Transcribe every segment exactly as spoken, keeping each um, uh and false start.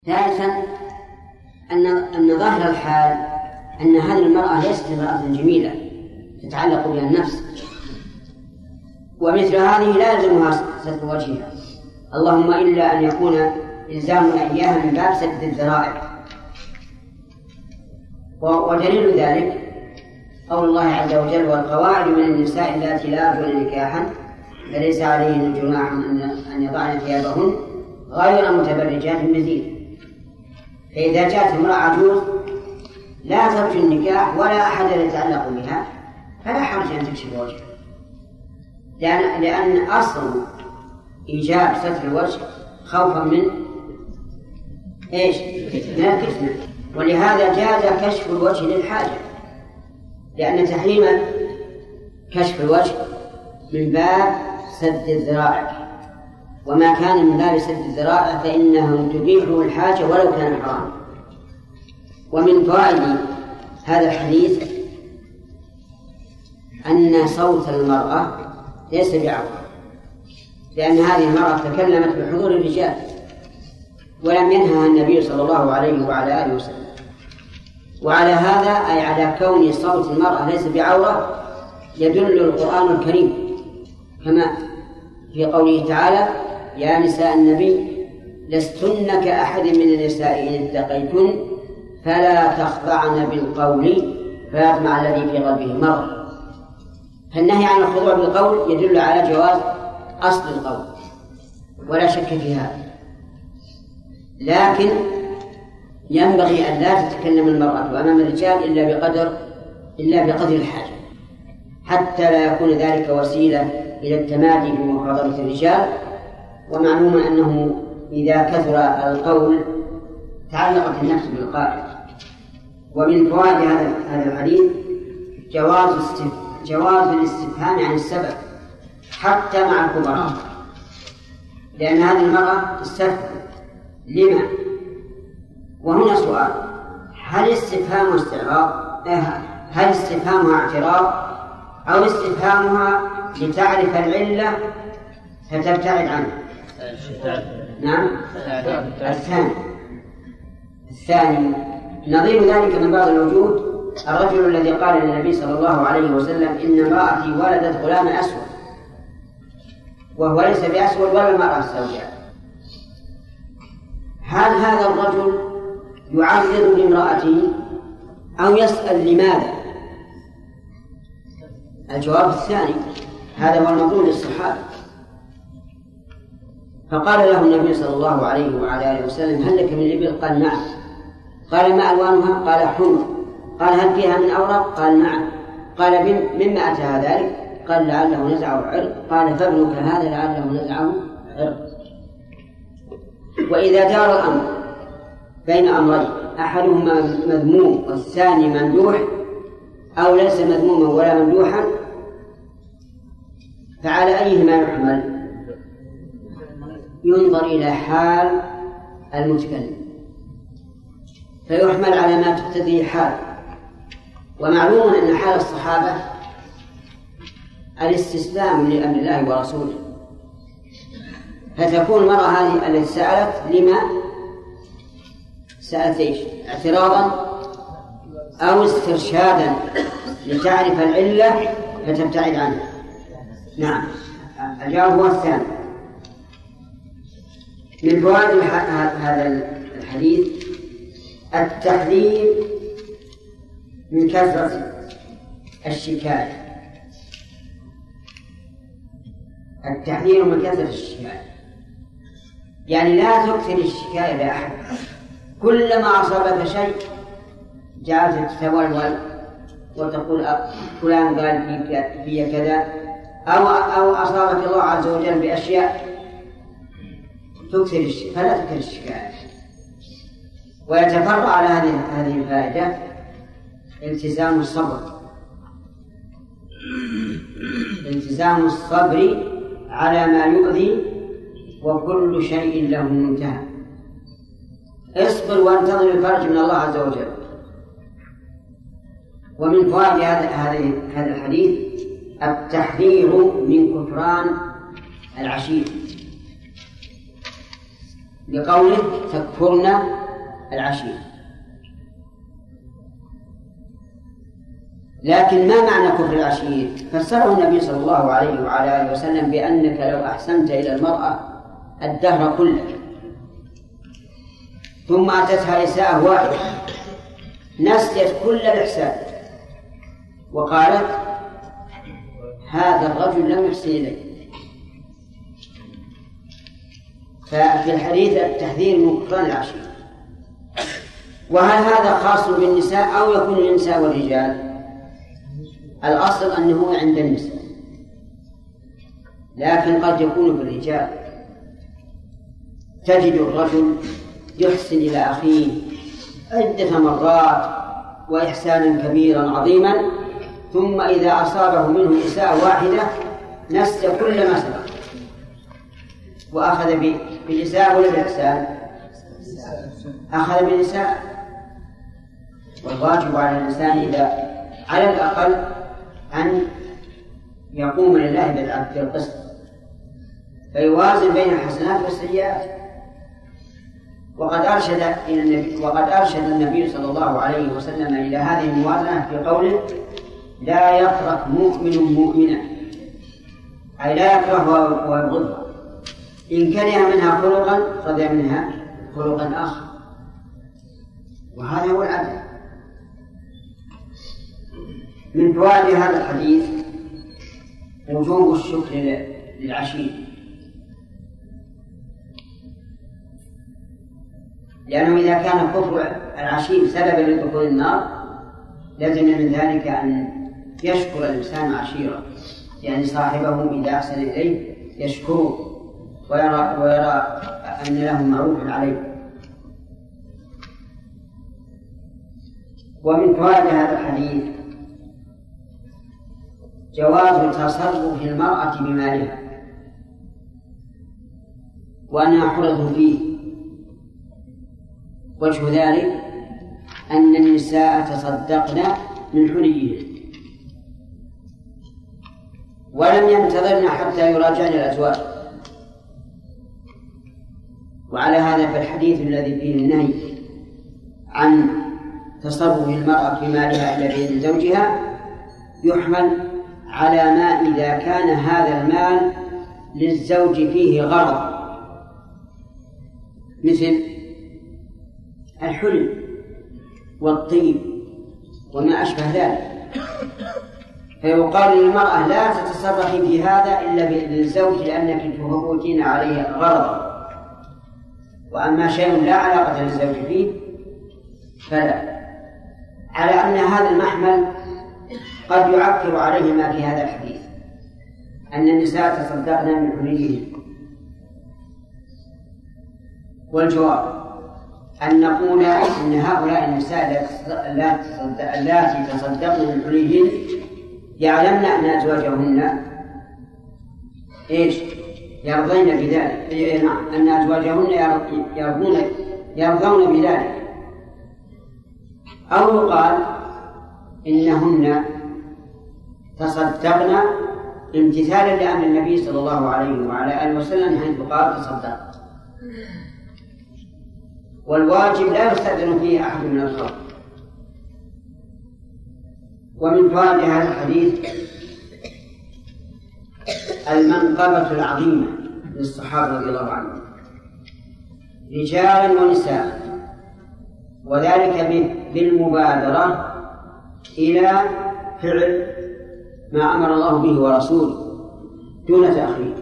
ثالثا أن أن ظاهر الحال أن هذه المرأة ليست امرأة جميلة تتعلق بها النفس، ومثل هذه لا يلزمها ستر وجهها، اللهم إلا أن يكون إلزامنا إياها من باب سد الذرائع. ودليل ذلك قول الله عز وجل: والقواعد من النساء اللاتي لا يرجون نكاحا فليس عليهن جناح أن يضعن ثيابهن غير متبرجات بزينة. فإذا جاءت امرأة عجوز لا ترجو النكاح ولا أحد يتعلق بها فلا حرج أن تكشف وجهها، لأن, لأن أصل إيجاب ستر الوجه خوفا من إيش؟ من الفتنة. ولهذا جاز كشف الوجه للحاجة، لأن تحريم كشف الوجه من باب سد الذرائع، وما كان من باب سد الذرائع فإنه تبيحه الحاجة ولو كان حرام. ومن فوائد هذا الحديث أن صوت المرأة ليس بعورة، لأن هذه المرأة تكلمت بحضور الرجال ولم ينهها النبي صلى الله عليه وعلى آله وسلم. وعلى هذا أي على كون صوت المرأة ليس بعورة يدل القرآن الكريم كما في قوله تعالى: يا نساء النبي لستن كأحد من النساء إن اتقيتن فلا تخضعن بالقول فيطمع الذي في قلبه مرض. فالنهي عن الخضوع بالقول يدل على جواز أصل القول ولا شك في هذا، لكن ينبغي أن لا تتكلم المرأة أمام الرجال إلا بقدر إلا بقدر الحاجة، حتى لا يكون ذلك وسيلة إلى التمادي بمخاطبة الرجال. ومعلوم أنه إذا كثر القول تعلقت النفس بالقائل. ومن فوائد هذا الحديث جواز جواز الاستفهام عن السبب حتى مع الكبراء، لأن هذه المرأة تستفهم لما. وهنا سؤال: هل استفهام استعراض هل استفهامها اعتراض أو استفهامها لتعرف العلة فتبتعد عنها؟ نعم، الثاني الثاني نظير ذلك من بعض الوجود الرجل الذي قال للنبي صلى الله عليه وسلم: إن امرأتي ولدت غلام أسود، وهو ليس بأسود ولا المرأة السوداء. هل هذا الرجل يعرض لامرأته أو يسأل لماذا؟ الجواب الثاني، هذا هو المطلوب للصحابة. فقال له النبي صلى الله عليه وعلى آله وسلم: هل لك من الإبل؟ قال: نعم. قال: ما ألوانها؟ قال: حمر. قال: هل فيها من أورق؟ قال: نعم. قال: مما أتى ذلك؟ قال: لعله نزعه عرق. قال: فابنك هذا لعله نزعه عرق. وإذا دار الأمر بين أمرين أحدهما مذموم والثاني ممدوح أو ليس مذموما ولا ممدوحا، فعلى أيهما يحمل؟ ينظر إلى حال المتكلم فيحمل على ما تقتضيه حال. ومعلوم أن حال الصحابة الاستسلام لأمر الله ورسوله، فتكون المرأة هذه التي سألت لما سألت إيش؟ اعتراضا أو استرشادا لتعرف العلة فتبتعد عنها. نعم، الجواب هو الثاني. من فوائد هذا الحديث التحذير من كثرة الشكاية التحذير من كثرة الشكاية يعني لا تكثر الشكاية لأحد. كلما أصابك شيء جعلت تتولول وتقول فلان قال في كذا، أو أو أصابك الله عز وجل بأشياء تكثر الشكاية، فلا تكثر الشكاية. ويتفرع على هذه هذه الفائدة التزام الصبر التزام الصبر على ما يؤذي، وكل شيء له منتهى. اصبر وانتظر الفرج من الله عز وجل. ومن فوائد هذا هذا الحديث التحذير من كفران العشير، لقوله تكفرن العشير. لكن ما معنى كفر العشير؟ فسره النبي صلى الله عليه وعلى آله وسلم بأنك لو أحسنت إلى المرأة الدهر كله ثم أتتها إساءة واحدة نسيت كل الإحسان وقالت هذا الرجل لم يحسن إلي. ففي الحديث التحذير من كفران العشير. وهل هذا خاص بالنساء أو يكون للنساء والرجال؟ الأصل أنه عند النساء، لكن قد يكون بالرجال. تجد الرجل يحسن إلى أخيه عدة مرات وإحسانا كبيرا عظيما، ثم إذا أصابه منه إساءة واحدة نسي كل ما سبق وأخذ بالإساءة ولا بالإحسان؟ أخذ بالإساءة. والواجب على الإنسان إذا على الأقل أن يقوم لله بالعدل والقسط فيوازن بين الحسنات والسيئات. وقد أرشد إلى النبي وقد أرشد النبي صلى الله عليه وسلم إلى هذه الموازنة في قوله لا يترك مؤمن مؤمنا، أي لا يكرهها ويبغضها، إن كره منها خلقا رضي منها خلقا آخر، وهذا هو العدل. من فوائد هذا الحديث وجوب الشكر للعشير، لأنه إذا كان كفر العشير سببا لدخول النار لازم من ذلك أن يشكر الإنسان عشيرا، يعني صاحبه إذا أحسن إليه يشكره ويرى, ويرى أن له معروف عليه. ومن فوائد هذا الحديث جواز تصرف المرأة بمالها وأنها حرة فيه. وجه ذلك أن النساء تصدقن من حليهن ولم ينتظرن حتى يراجعن الأزواج. وعلى هذا فالحديث الذي فيه النهي عن تصرف المرأة في مالها إلا بإذن زوجها يحمل على ما إذا كان هذا المال للزوج فيه غرض مثل الحلم والطيب وما أشبه ذلك، فيقال للمرأة لا تتصرفي في هذا إلا للزوج لأنك تفوتين عليه غرضا، وأما شيء لا علاقة للزوج فيه فلا. على أن هذا المحمل قد يعكر عليه ما في هذا الحديث أن النساء تصدقن من حليهن. والجواب أن نقول إن هؤلاء النساء اللاتي تصدقن من حليهن يعلمن أن أزواجهن إيش يرضين بذلك، أن أزواجهن يرضون يرضون بذلك. أو يقال إنهن تصدقن امتثالا لأمر النبي صلى الله عليه وعلى آله وسلم حيث قال تصدق. والواجب لا يستأذن فيه أحد من الخلق. ومن فوائد هذا الحديث المنقبة العظيمة للصحابة رضي الله عنهم رجالا ونساء، وذلك بالمبادرة إلى فعل ما أمر الله به ورسوله دون تأخير.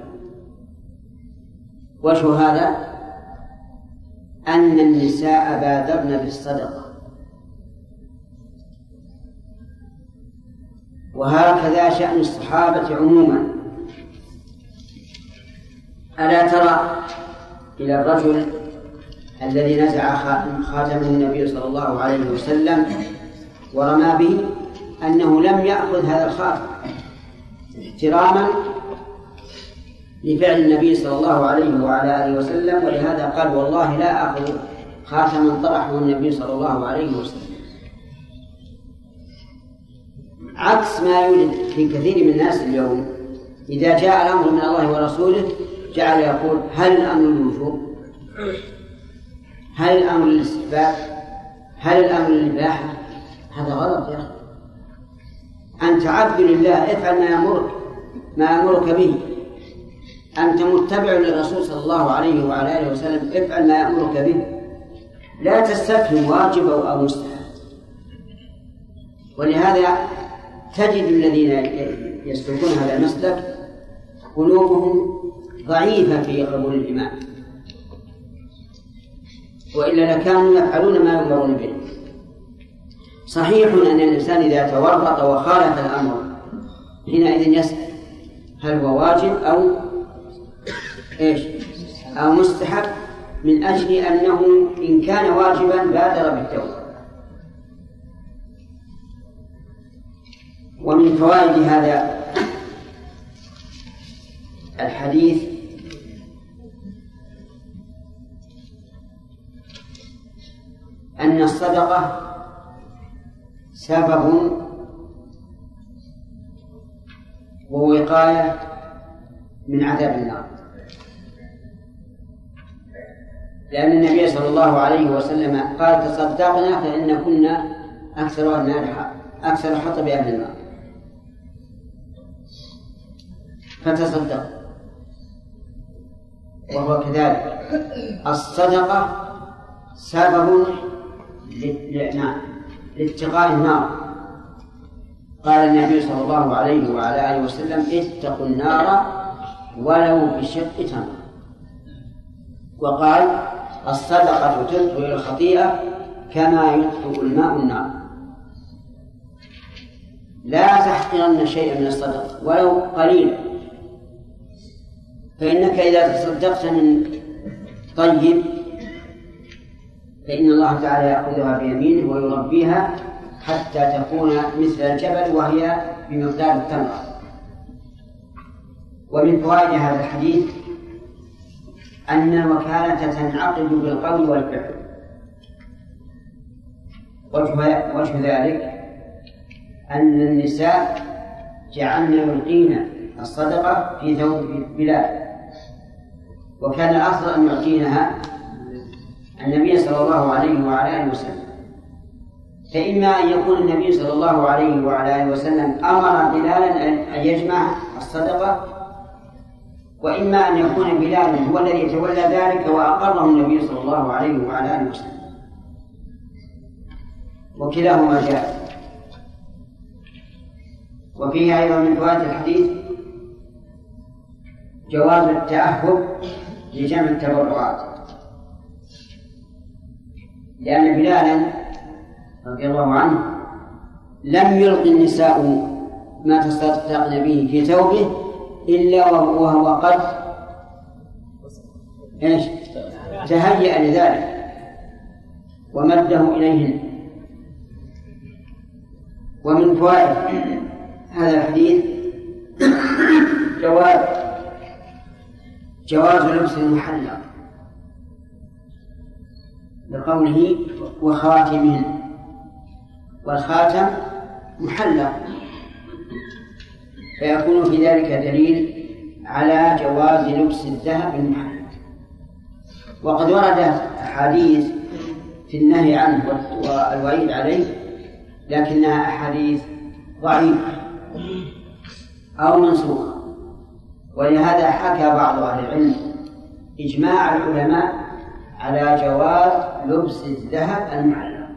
وجه هذا أن النساء بادرن بالصدقة، وهكذا شأن الصحابة عموما. ألا ترى إلى الرجل الذي نزع خاتمه النبي صلى الله عليه وسلم ورمى به أنه لم يأخذ هذا الخاتم احتراما لفعل النبي صلى الله عليه وعلى آله وسلم، ولهذا قال والله لا أخذ خاتما طرحه النبي صلى الله عليه وسلم، عكس ما يوجد في كثير من الناس اليوم. إذا جاء الأمر من الله ورسوله جعل يقول هل الأمر الوجوب؟ هل الأمر للاستحباب؟ هل الأمر للإباحة؟ هذا غلط يا أخي. أنت عبد لله، افعل ما يأمرك ما يأمرك به. أنت متبع للرسول صلى الله عليه وعلى آله وسلم، افعل ما يأمرك به، لا تستفهم واجب أو مستحب. ولهذا تجد الذين يسلكون هذا المسلك قلوبهم ضعيفة في قبول الإيمان، وإلا لكانوا يفعلون ما يؤمرون به. صحيح أن الإنسان إذا تورط وخالف الأمر حينئذ يسأل هل هو واجب أو إيش أو مستحب، من أجل أنه إن كان واجبا بادر بالتوبة. ومن فوائد هذا الحديث أن الصدقة سبب ووقاية من عذاب النار، لأن النبي صلى الله عليه وسلم قال تصدقنا فإن كنا أكثر أهل النار أكثر حطب أهل النار، فتصدق. وهو كذلك الصدقة سبب لاتقاء النار. قال النبي صلى الله عليه وعلى آله وسلم اتقوا النار ولو بشق تمر. وقال الصدقة تطفئ الخطيئة كما يطفئ الماء النار. لا تحقرن شيئا من الصدقة ولو قليلا، فإنك إذا تصدقت من طيب فإن الله تعالى يأخذها بيمينه ويربيها حتى تكون مثل الجبل وهي بمقدار التمرة. ومن فوائد هذا الحديث أن الوكالة تنعقد بالقول والفعل. وجه ذلك أن النساء جعلن يلقين الصدقة في ثوب بلال، وكان الأفضل أن يعطينها النبي صلى الله عليه وعلى آله وسلم. فإما أن يكون النبي صلى الله عليه وعلى آله وسلم أمر بلالا أن يجمع الصدقة، وإما أن يكون بلال هو الذي يتولى ذلك وأقره النبي صلى الله عليه وعلى آله وسلم، وكلاهما جاء. وفيه أيضا من فوائد الحديث جواز التأهب لجمع التبرعات، لأن بلالا رضي الله عنه لم يلقي النساء ما تصدقن به في ثوبه إلا وهو قد إيش تهيأ لذلك ومده إليهن. ومن فوائد هذا الحديث جواز جواز لبس المحلق، لقوله وخاتمهن، والخاتم محلق، فيكون في ذلك دليل على جواز لبس الذهب المحلق. وقد ورد أحاديث في النهي عنه والوعيد عليه، لكنها أحاديث ضعيفة أو منسوخة. ولهذا حكى بعض أهل العلم إجماع العلماء على جواز لبس الذهب المحلق،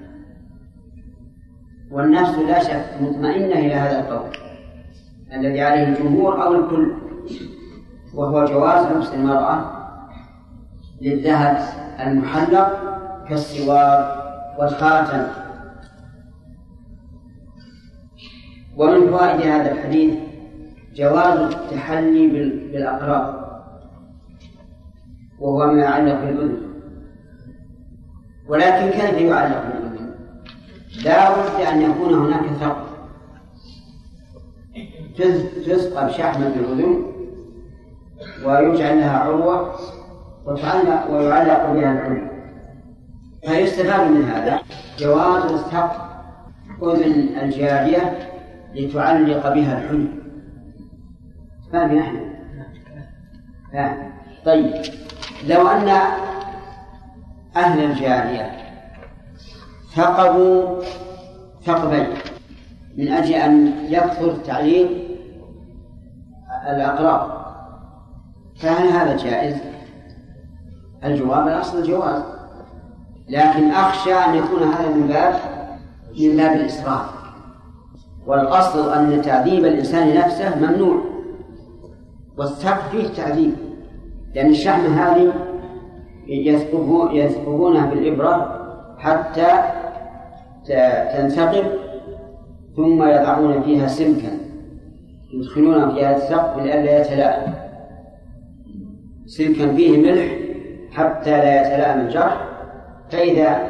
والنفس لا شك مطمئنة إلى هذا القول الذي عليه الجمهور أو الكل، وهو جواز لبس المرأة للذهب المحلق كالسوار والخاتم. ومن فوائد هذا الحديث جواز التحلي بالأقراط، وهو ما يعلق بالأذن. ولكن كيف يعلق بالأذن؟ لا بد أن يكون هناك ثقب تثقب شحما بالأذن ويجعل لها عروة وتعلق ويعلق بها العلم. فيستفاد من هذا جواز ثقب أذن الجارية لتعلق بها الحلي. فاهم نحن؟ طيب، لو أن أهل الجارية ثقبوا ثقبين من أجل أن يكثر تعليق الأقراض، فهل هذا جائز؟ الجواب الأصل الجواز، لكن أخشى أن يكون هذا من باب من باب الإسراف، والأصل أن تعذيب الإنسان نفسه ممنوع، والثقب فيه تعذيب، لأن الشحم هذه يثقبونها بالإبرة حتى تنثقب، ثم يضعون فيها سمكا يدخلون فيها الثقب لئلا يتلائم، سمكا فيه ملح حتى لا يتلائم الجرح، فإذا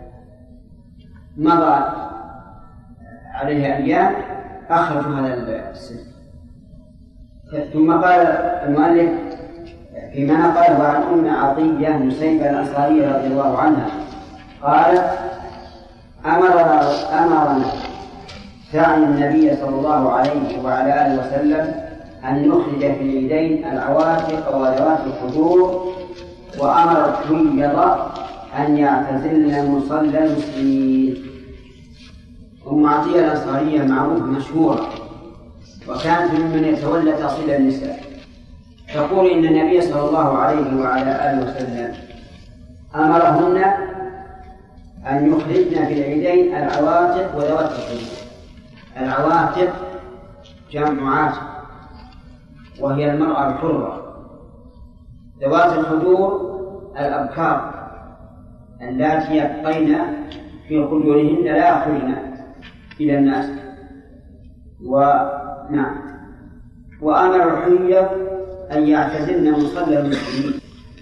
مضى عليها أيام أخرجوا هذا السمك. ثم قال المؤلف فيما نقله عن أم عطية نسيبة الأنصارية رضي الله عنها قال أمر أمرنا سعي النبي صلى الله عليه وعلى آله وسلم أن نخرج في اليدين العواتق وذوات الخدور، وأمر الحيض أن يعتزلن مصلى المسلمين. أم عطية الأنصارية معروفة مشهورة، وكانت ممن يتولى تأصيل النساء، تقول إن النبي صلى الله عليه وعلى آله وسلم أمرهن أن يخرجن في العيدين العواتق وذوات الخدور. العواتق جمع عاتق وهي المرأة الحرة، ذوات الخدور الأبكار اللاتي يبقين في خدورهن لا يخرجن إلى الناس. ونعم وأمر الحيض أن يعتزلن مصلى المسلمين.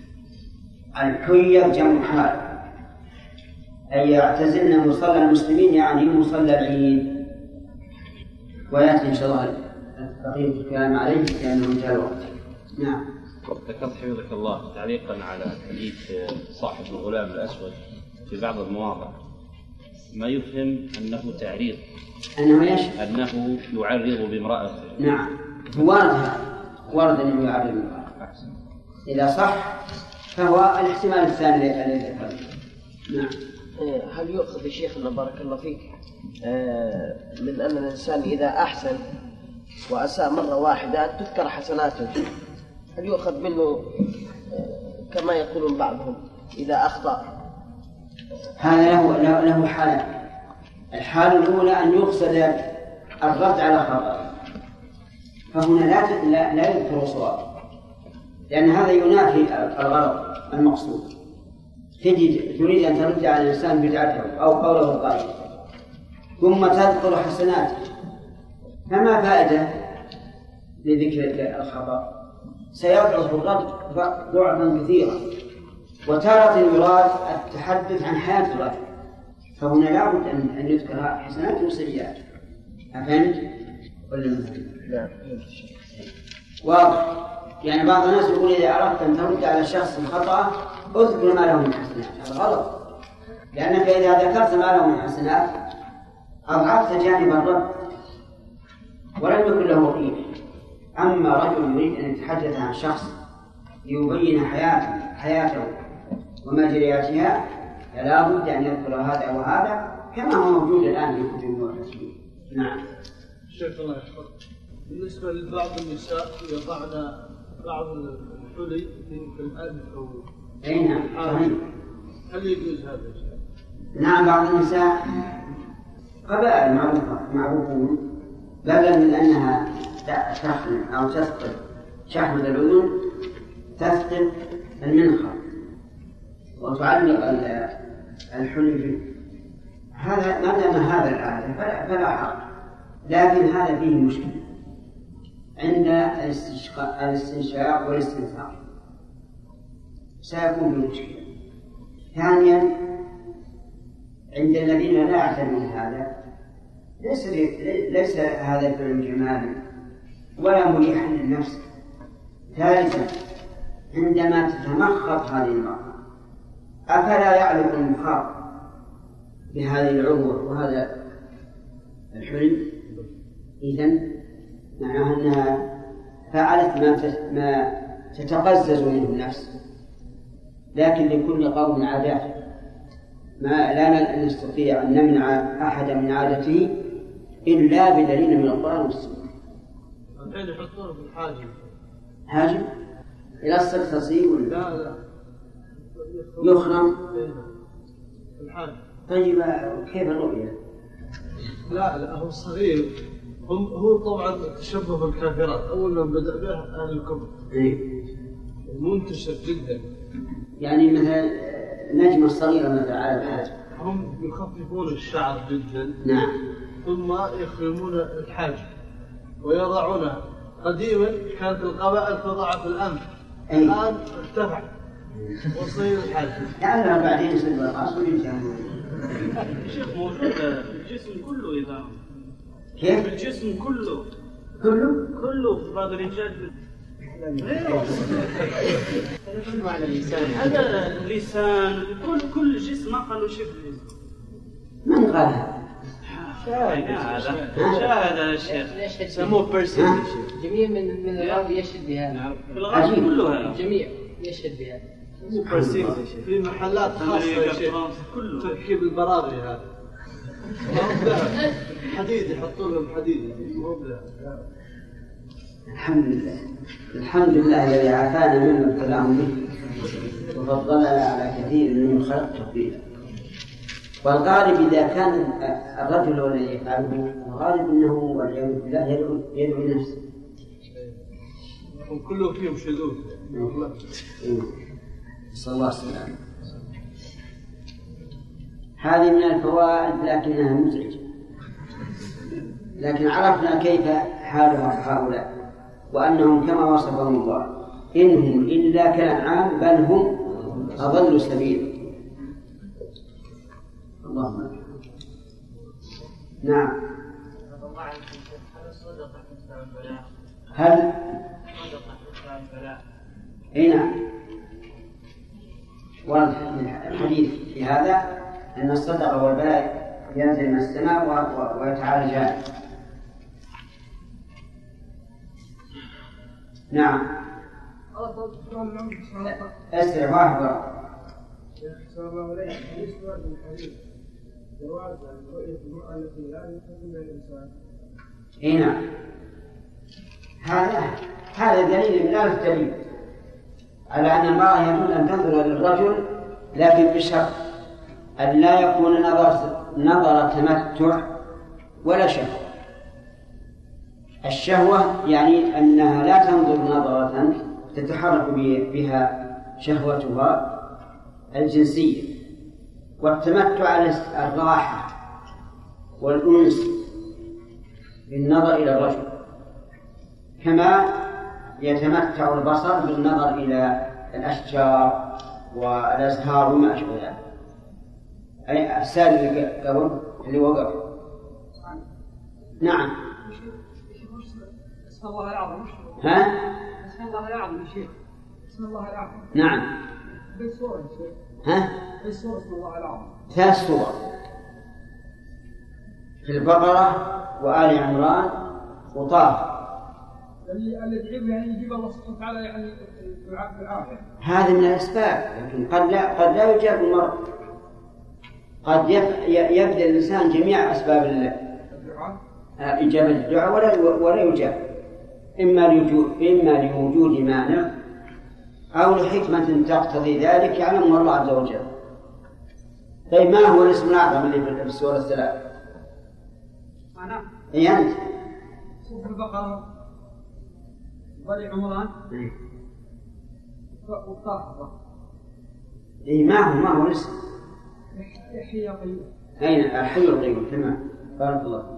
الحيض جمع حال، أن يعتزلن مصلى المسلمين يعني مصلى العيد، ويأتي إن شاء الله بقية الكلام عليه لأنه انتهى الوقت. نعم. ذكرت حفظك الله تعليقا على حديث صاحب الغلام الأسود في بعض المواضع ما يفهم أنه تعريض، أنه إيش؟ أنه يعرض بامرأته. نعم وارد وارد أنه يعرض بامرأته، إذا صح فهو الاحتمال الثاني الذي ذكرته. نعم. هل يؤخذ شيخنا بارك الله فيك من أن الإنسان إذا أحسن وأساء مرة واحدة تذكر حسناته، هل يؤخذ منه كما يقولون بعضهم إذا أخطأ؟ هذا له له حالة. الحالة الأولى أن يقصد الرد على خطأ، فهنا لا لا يذكر صواب، لأن هذا ينافي الغرض المقصود. تجد تريد أن ترد على الإنسان بدعته أو قوله الضعيف ثم تذكر حسناته، فما فائدة لذكر الخطأ؟ سيضعف الرد ضعفا كثيرا، وتارة يراد التحدث عن حياة الرجل، فهنا لا بد أن يذكر حسنات وسيئات. أفهمت؟ لا. واضح. يعني بعض الناس يقول إذا أردت أن ترد على الشخص الخطأ اذكر ما له من حسنات، هذا غلط، لأنك إذا ذكرت ما له من حسنات أضعفت جانب الرد ولم يكن له قيمة. أما رجل يريد أن يتحدث عن شخص ليبين حياته حياته ومجرياتها فلا بد أن يذكر هذا وهذا كما هو موجود الآن في كتب المحدثين. نعم. شيخ الله يحفظك، بالنسبة لبعض النساء يضعن بعض الحلي في الأنف أو أي نعم صحيح. هل يجوز هذا الشيء؟ نعم بعض النساء قبائل معروفة معروفون بدلا من أنها تحمل أو تثقل شحم الأذن تثقل المنخر وتعلق الحلي فيه. هذا ما دام هذا العادة فلا, فلا حق، لكن هذا فيه مشكلة عند الاستنشاق والاستنثار سيكون فيه مشكلة. ثانيا عند الذين لا يعتنون هذا ليس ليس هذا الفعل جمالا ولا مريحا للنفس. ثالثا عندما تتمخض هذه المرأة أفلا يعلق المخاط بهذه العروة وهذا الحلم؟ إذن معناها أنها فعلت ما ما تتقزز منه النفس، لكن لكل قوم عادات، ما لا نستطيع أن نمنع أحدا من عادته إلا بدليل من القرآن والسنة. الحين يحطونه في الحاجب. حاجب؟ يلصق تصيب ولا؟ لا لا يخرم الحاجب. طيب كيف الرؤية؟ لا لا هو صغير. هم هو طبعا تشبه بالكافرات أول ما بدأ به أهل الكفر. إيه؟ منتشر جدا. يعني مثلا نجمة صغيرة مثلا على الحاجب. هم يخففون الشعر جدا. نعم. ثم يخرمون الحاجب ويضعونها. قديما كانت القبائل تضع في الأنف. أي. الآن ارتفع وصير الحاجب. لعلها بعدين يصير بالراس وينتهي. شيخ موجود في الجسم كله إذا كيف؟ في الجسم كله كله؟ كله في بعض الرجال. معنى اللسان هذا اللسان كل كل جسم ما قالوا شيء. من قالها؟ هذا شاهد يا شيخ سموه بيرسيد. جميع من من الغرب يشهد بهذا. في الغرب كله الجميع يشهد بهذا. بيرسيد في محلات خاصة يا شيخ تركيب البراغي هذا. حديد يحطون لهم حديد. الحمد لله الحمد لله الذي عافانا مما ابتلاهم به وفضلنا على كثير من خلق تفضيلا. والغالب إذا كان الرجل الذي يفعله الغالب أنه والعياذ بالله يدعو يدعو لنفسه. كله فيهم شذوذ. صلى الله عليه وسلم. هذه من الفوائد لكنها مزعجة، لكن عرفنا كيف حال هؤلاء وأنهم كما وصفهم الله إنهم إلا كالأنعام بل هم أضل سبيلا. اللهم نعم. هل اي نعم ورد الحديث في هذا أن الصدقة والبلاء ينزل من السماء ويتعالجان. نعم أسرع واحد ورد. صلى الله عليه وسلم بالنسبة للحديث جواز رؤية المرأة التي لا يحب بها الإنسان. اي نعم هذا هذا دليل من ألف دليل على أن المرأة يجوز أن تنظر للرجل لكن بشرط أن لا يكون نظر نظر تمتع ولا شهوة. الشهوة يعني أنها لا تنظر نظرة تتحرك بها شهوتها الجنسية، والتمتع على الراحة والأنس بالنظر إلى الرجل كما يتمتع البصر بالنظر إلى الأشجار والأزهار وما أشبه ذلك. أي السائل اللي قبل اللي وقف. نعم. اسم الله الأعظم. ها؟ اسم الله الأعظم يا شيخ. اسم الله الأعظم. نعم. بالصورة يا شيخ. ها؟ بالصورة اسم الله الأعظم. ثلاث صور في البقرة وآل عمران وطه. اللي يدعي يعني يجيب الله سبحانه وتعالى يعني بالعافية. هذه من الأسباب، لكن قد لا قد لا يجاب المرء. قد يبذل الإنسان جميع أسباب إجابة الدعاء ولا ولا يجاب، إما لوجود إما لوجود مانع أو لحكمة تقتضي ذلك يعلمه الله عز وجل. طيب ما هو الاسم الأعظم اللي في السورة الثلاث؟ أنا. إيه أنت؟ سورة البقرة وآل عمران وطه. إيه ما هو ما هو الاسم؟ يحيى قيوم. أين الحي القيوم؟ تمام. بارك الله.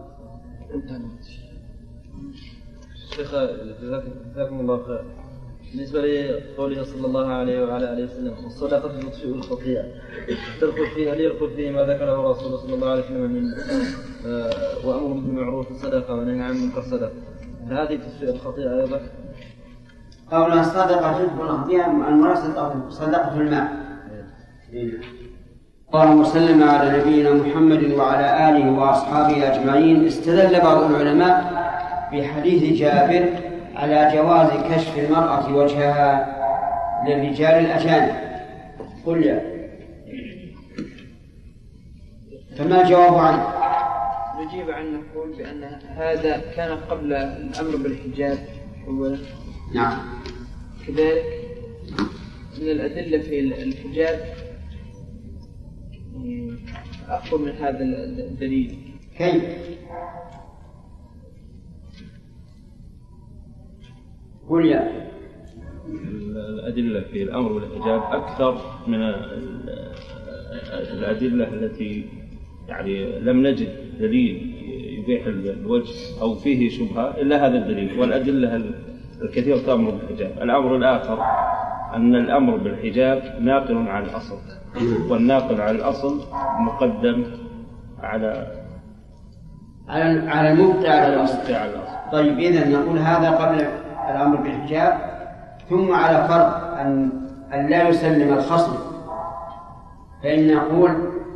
شيخ جزاكم الله خير. بالنسبة لقوله صلى الله عليه وعلى آله وسلم الصدقة تطفئ الخطيئة تدخل فيه هل يدخل فيه ما ذكره رسول صلى الله عليه وسلم من وأمر بالمعروف الصدقة ونهي عن المنكر صدقة، هذه تطفئ الخطيئة أيضا؟ قولها الصدقة تطفئ الخطيئة المراد صدقة الماء. اللهم صل على نبينا محمد وعلى آله وأصحابه أجمعين. استدل بعض العلماء بحديث جابر على جواز كشف المرأة وجهها للرجال الأجانب قل يا. فما الجواب عنه؟ نجيب عنه نقول بأن هذا كان قبل الأمر بالحجاب أولا. نعم. كذلك من الأدلة في الحجاب أقوى من هذا الدليل. كيف؟ قل يا. الأدلة في الأمر بالحجاب أكثر من الأدلة التي يعني لم نجد دليل يبيح الوجه أو فيه شبهة إلا هذا الدليل، والأدلة الكثيرة تأمر بالحجاب. الأمر الآخر أن الأمر بالحجاب ناقل عن الأصل، والناقل عن الأصل مقدم على على على المبتدع على الأصل. الأصل. طيب إذن نقول هذا قبل الأمر بالحجاب، ثم على فرض أن أن لا يسلم الخصم، فإن نقول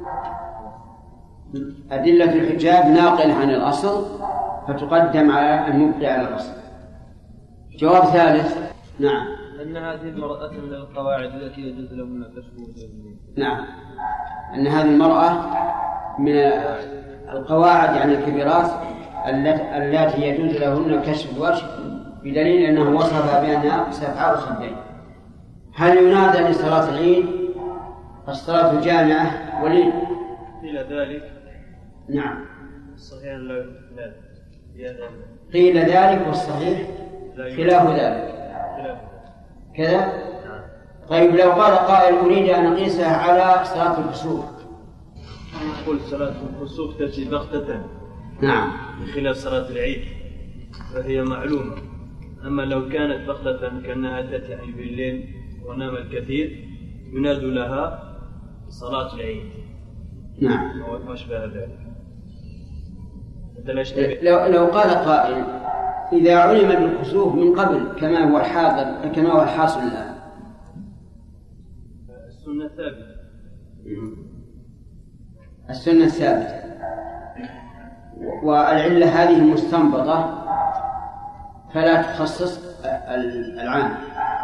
أدلة الحجاب ناقل عن الأصل فتقدم على المبتدع على الأصل. جواب ثالث. نعم. أن هذه المرأة من القواعد التي يجوز لهم الكشف. نعم. أن هذه المرأة من القواعد يعني الكبيرات التي يجوز لهن كشف الوجه، بدليل أنه وصفها بأنها سبعة خدين. هل ينادى لصلاة العيد الصلاة الجامعة ولي؟ قيل ذلك. نعم. الصحيح لا لا. قيل ذلك والصحيح خلاف ذلك. كذا؟ طيب لو قال قائل أريد أن أقيسها على صلاة الكسوف. نقول صلاة الكسوف تأتي بغتة. نعم. بخلاف صلاة العيد فهي معلومة. أما لو كانت بغتة كأنها تأتي عن بالليل ونام الكثير ينادى لها صلاة العيد. نعم. أو أشبه ذلك. لو لو قال قائل إذا علم بالكسوف من قبل كما هو الحاضر كما هو الحاصل الآن. السنة ثابتة. السنة الثابتة والعلة هذه مستنبطة فلا تخصص العام.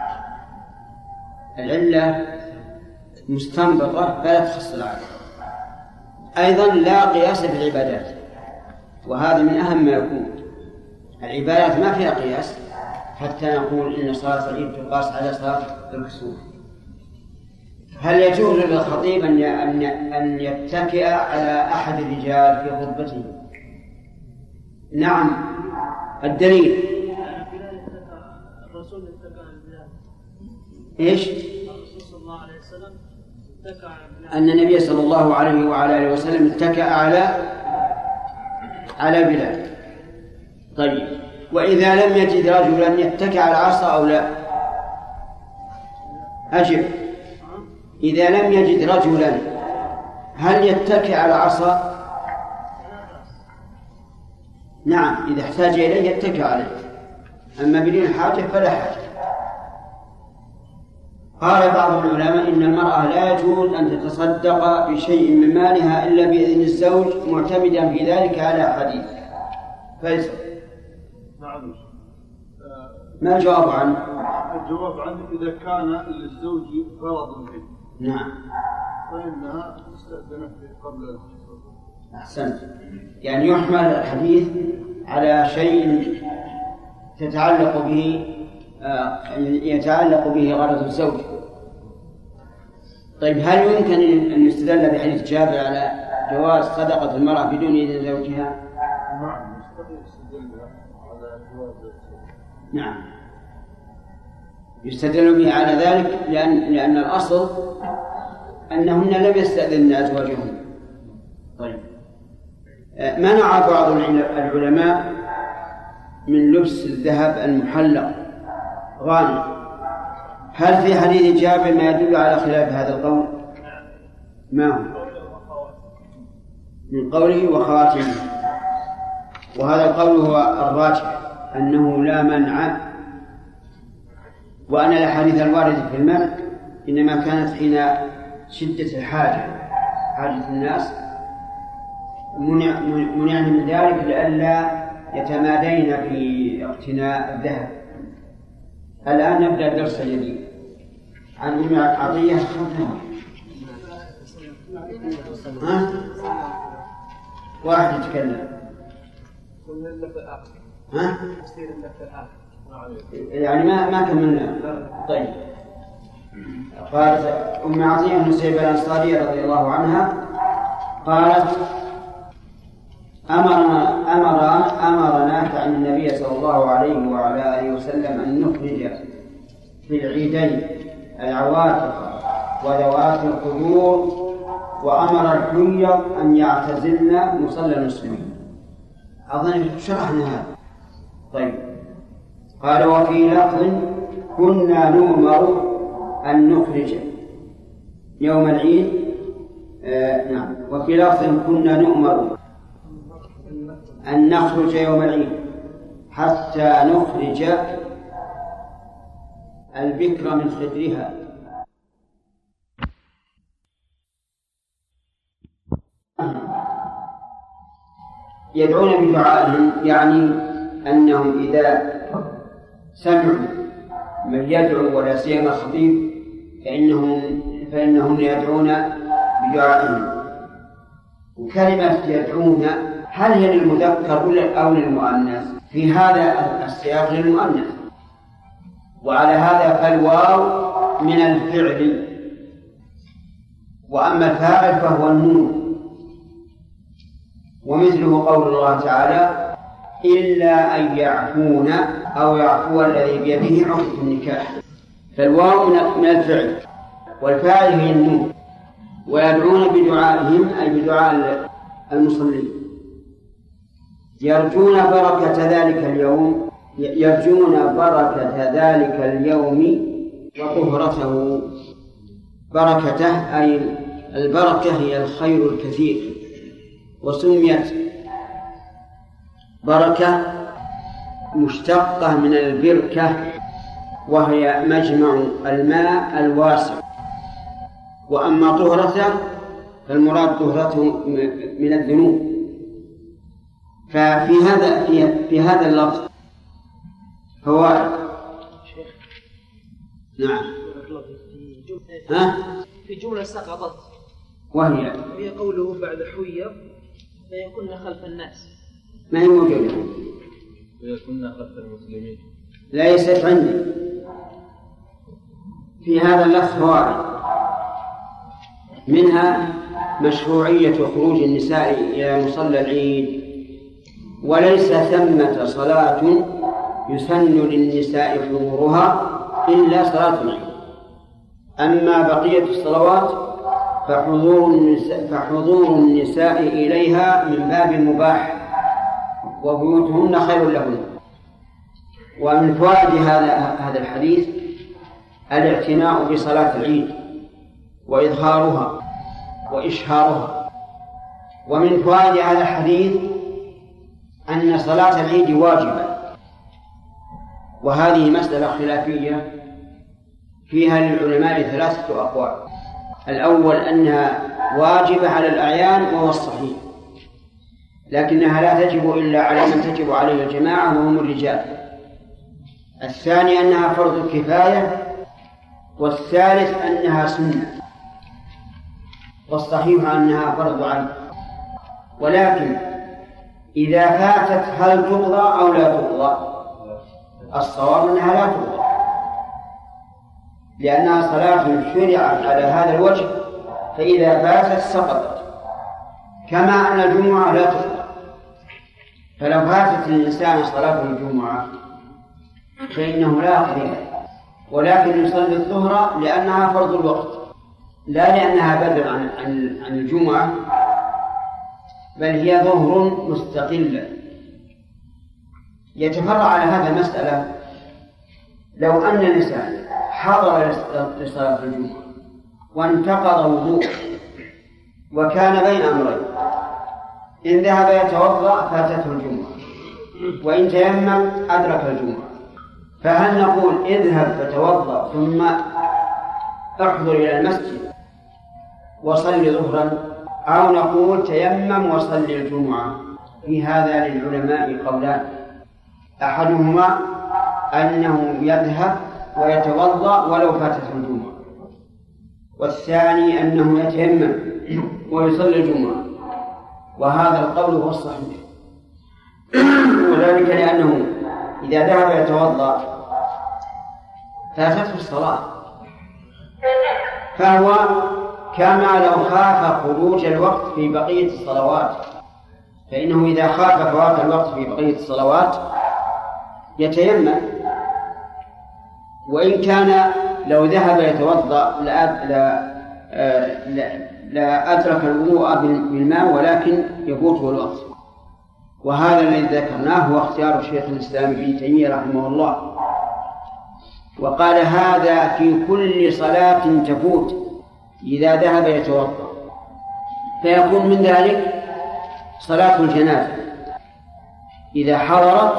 العلة مستنبطة فلا تخصص العام. أيضا لا قياس في العبادات، وهذا من أهم ما يكون. العبادات ما فيها قياس حتى نقول إن صلاة العيد تقاس على صلاة الكسوف. هل يجوز للخطيب أن أن يتكئ على أحد الرجال في خطبته؟ نعم. الدليل الرسول اتكى على بلال. إيش؟ الرسول صلى الله عليه وسلم اتكى على بلال. أن النبي صلى الله عليه وعلى آله وسلم اتكأ على على بلال. طيب وإذا لم يجد رجلا يتكئ على عصا أو لا؟ أجب. إذا لم يجد رجلا هل يتكئ على عصا؟ نعم. إذا احتاج إليه يتكئ عليه، أما بدون حاجة فلا حاجة. قال بعض العلماء إن المرأة لا يجوز أن تتصدق بشيء من مالها إلا بإذن الزوج معتمدا في ذلك على حديث. فيصل. نعم. ما الجواب عنه؟ الجواب عنه إذا كان للزوج غرض منه. نعم. فإنها تستأذن قبل. أحسنت. يعني يحمل الحديث على شيء تتعلق به يتعلق به غرض الزوج. طيب هل يمكن أن يستدل بحديث جابر على جواز صدقة المرأة بدون إذن زوجها؟ نعم. يستدل على جواز. نعم. يستدل به على ذلك لأن لأن الأصل أنهن لم يستأذن أزواجهن. طيب منع بعض العلماء من لبس الذهب المحلق غالي. هل في حديث جابر ما يدل على خلاف هذا القول؟ ما هو؟ من قوله وخواتمه. وهذا القول هو الراجح أنه لا منع، وأن الأحاديث الواردة في المنع إنما كانت حين شدة الحاجة، حاجة الناس منع من ذلك لئلا يتمادين في اقتناء الذهب. الآن نبدأ الدرس الجديد عن أم عطية. ها؟ واحد يتكلم. ها؟ يعني ما ما كملنا. طيب. قالت أم عطية بن سيب الأنصارية رضي الله عنها قالت أمرنا أمرنا أمرنا عن النبي صلى الله عليه وعلى آله وسلم أن نخرج في العيدين العواتق وذوات القدور، وأمر الحيض أن يعتزلن مصلى المسلمين. أظن شرحنا هذا. طيب. قال وفي لفظ كنا نؤمر أن نخرج يوم العيد آه نعم وفي لفظ كنا نؤمر أن نخرج يوم العيد حتى نخرج البكر من خدرها. يدعون بدعائهم، يعني أنهم إذا سمعوا من يدعو ولا سيما الخطيب فإنهم فإنهم يدعون بدعائهم. وكلمة يدعون هل هي للمذكر أو للمؤنث؟ في هذا السياق للمؤنث، وعلى هذا فالواو من الفعل، وأما الفاعل فهو النون. ومثله قول الله تعالى إلا أن يعفون أو يعفو الذي بيده عقدة النكاح، فالواو من الفعل والفاعل هي النون. ويدعون بدعائهم أي بدعاء المصلين، يرجون بركة ذلك اليوم يرجون بركة ذلك اليوم وطهرته. بركته أي البركة هي الخير الكثير، وسميت بركة مشتقة من البركة وهي مجمع الماء الواسع. وأما طهرته فالمراد طهرته من الذنوب. ففي هذا في, في هذا اللفظ هو نعم ها في جملة سقطت وهي هي قوله بعد حيض فيكون خلف الناس، ما هي موجودة ويكون خلف المسلمين، ليست عندي. في هذا اللفظ فوائد، منها مشروعية خروج النساء إلى مصلى العيد، وليس ثمة صلاة يسن للنساء حضورها إلا صلاة العيد. أما بقية الصلوات فحضور النساء, فحضور النساء إليها من باب مباح، وبيوتهن خير لهن. ومن فوائد هذا هذا الحديث الاعتناء بصلاة العيد وإظهارها وإشهارها. ومن فوائد هذا الحديث أن صلاة العيد واجبة، وهذه مسألة خلافية فيها للعلماء ثلاثة أقوال. الأول أنها واجبة على الأعيان وهو الصحيح، لكنها لا تجب إلا على من تجب عليه الجماعة وهم الرجال. الثاني أنها فرض كفاية، والثالث أنها سنة، والصحيح أنها فرض عين. ولكن إذا فاتت هل تقضى أو لا تقضى؟ الصواب أنها لا تقضى، لأنها صلاة شرعت على هذا الوجه، فإذا فاتت سقطت، كما أن الجمعة لا تقضى. فلو فاتت الإنسان صلاة الجمعة فإنه لا يقضيها، ولكن يصلي الظهر لأنها فرض الوقت، لا لأنها بدل عن عن الجمعة، بل هي ظهر مستقلة. يتفرع على هذا المسألة لو أن الإنسان حضر لصلاة الجمعة وانتقض وضوءه وكان بين أمرين، إن ذهب يتوضأ فاتته الجمعة، وإن تيمم أدرك الجمعة، فهل نقول اذهب فتوضأ ثم احضر إلى المسجد وصلي ظهرا، أو نقول تيمم وصلي الجمعة؟ في هذا للعلماء قولان، أحدهما أنه يذهب ويتوضأ ولو فاتته الجمعة، والثاني أنه يتيمم ويصلي الجمعة، وهذا القول هو الصحيح، وذلك لأنه إذا ذهب يتوضأ فاتته الصلاة، فهو كما لو خاف خروج الوقت في بقية الصلوات، فإنه إذا خاف فوات الوقت في بقية الصلوات يتيمم، وإن كان لو ذهب يتوضأ لا, لا, لا, لا أدرك الوضوء بالماء ولكن يفوته الوقت. وهذا الذي ذكرناه هو اختيار شيخ الإسلام ابن تيمية رحمه الله، وقال هذا في كل صلاة تفوت إذا ذهب يتوضأ، فيكون من ذلك صلاة الجنازة إذا حضرت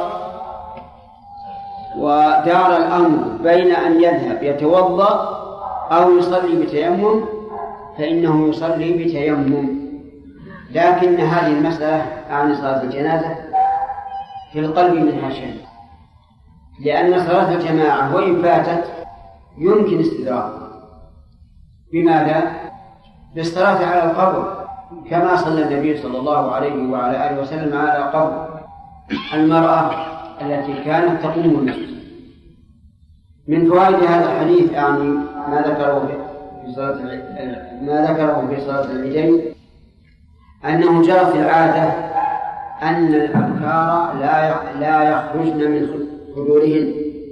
ودار الأمر بين أن يذهب يتوضأ أو يصلي بتيمم فإنه يصلي بتيمم. لكن هذه المسألة عن صلاة الجنازة في القلب منها شيء، لأن صلاة الجماعة وإن فاتت يمكن استدراكها. بماذا؟ بالصلاة على القبر، كما صلى النبي صلى الله عليه وعلى آله وسلم على قبر المرأة التي كانت تقوم المسجد. من فوائد هذا الحديث يعني ما ذكره في صلاة ما ذكره في صلاة العيدين أنه جرى في العادة أن الأبكار لا لا يخرجن من خدورهن،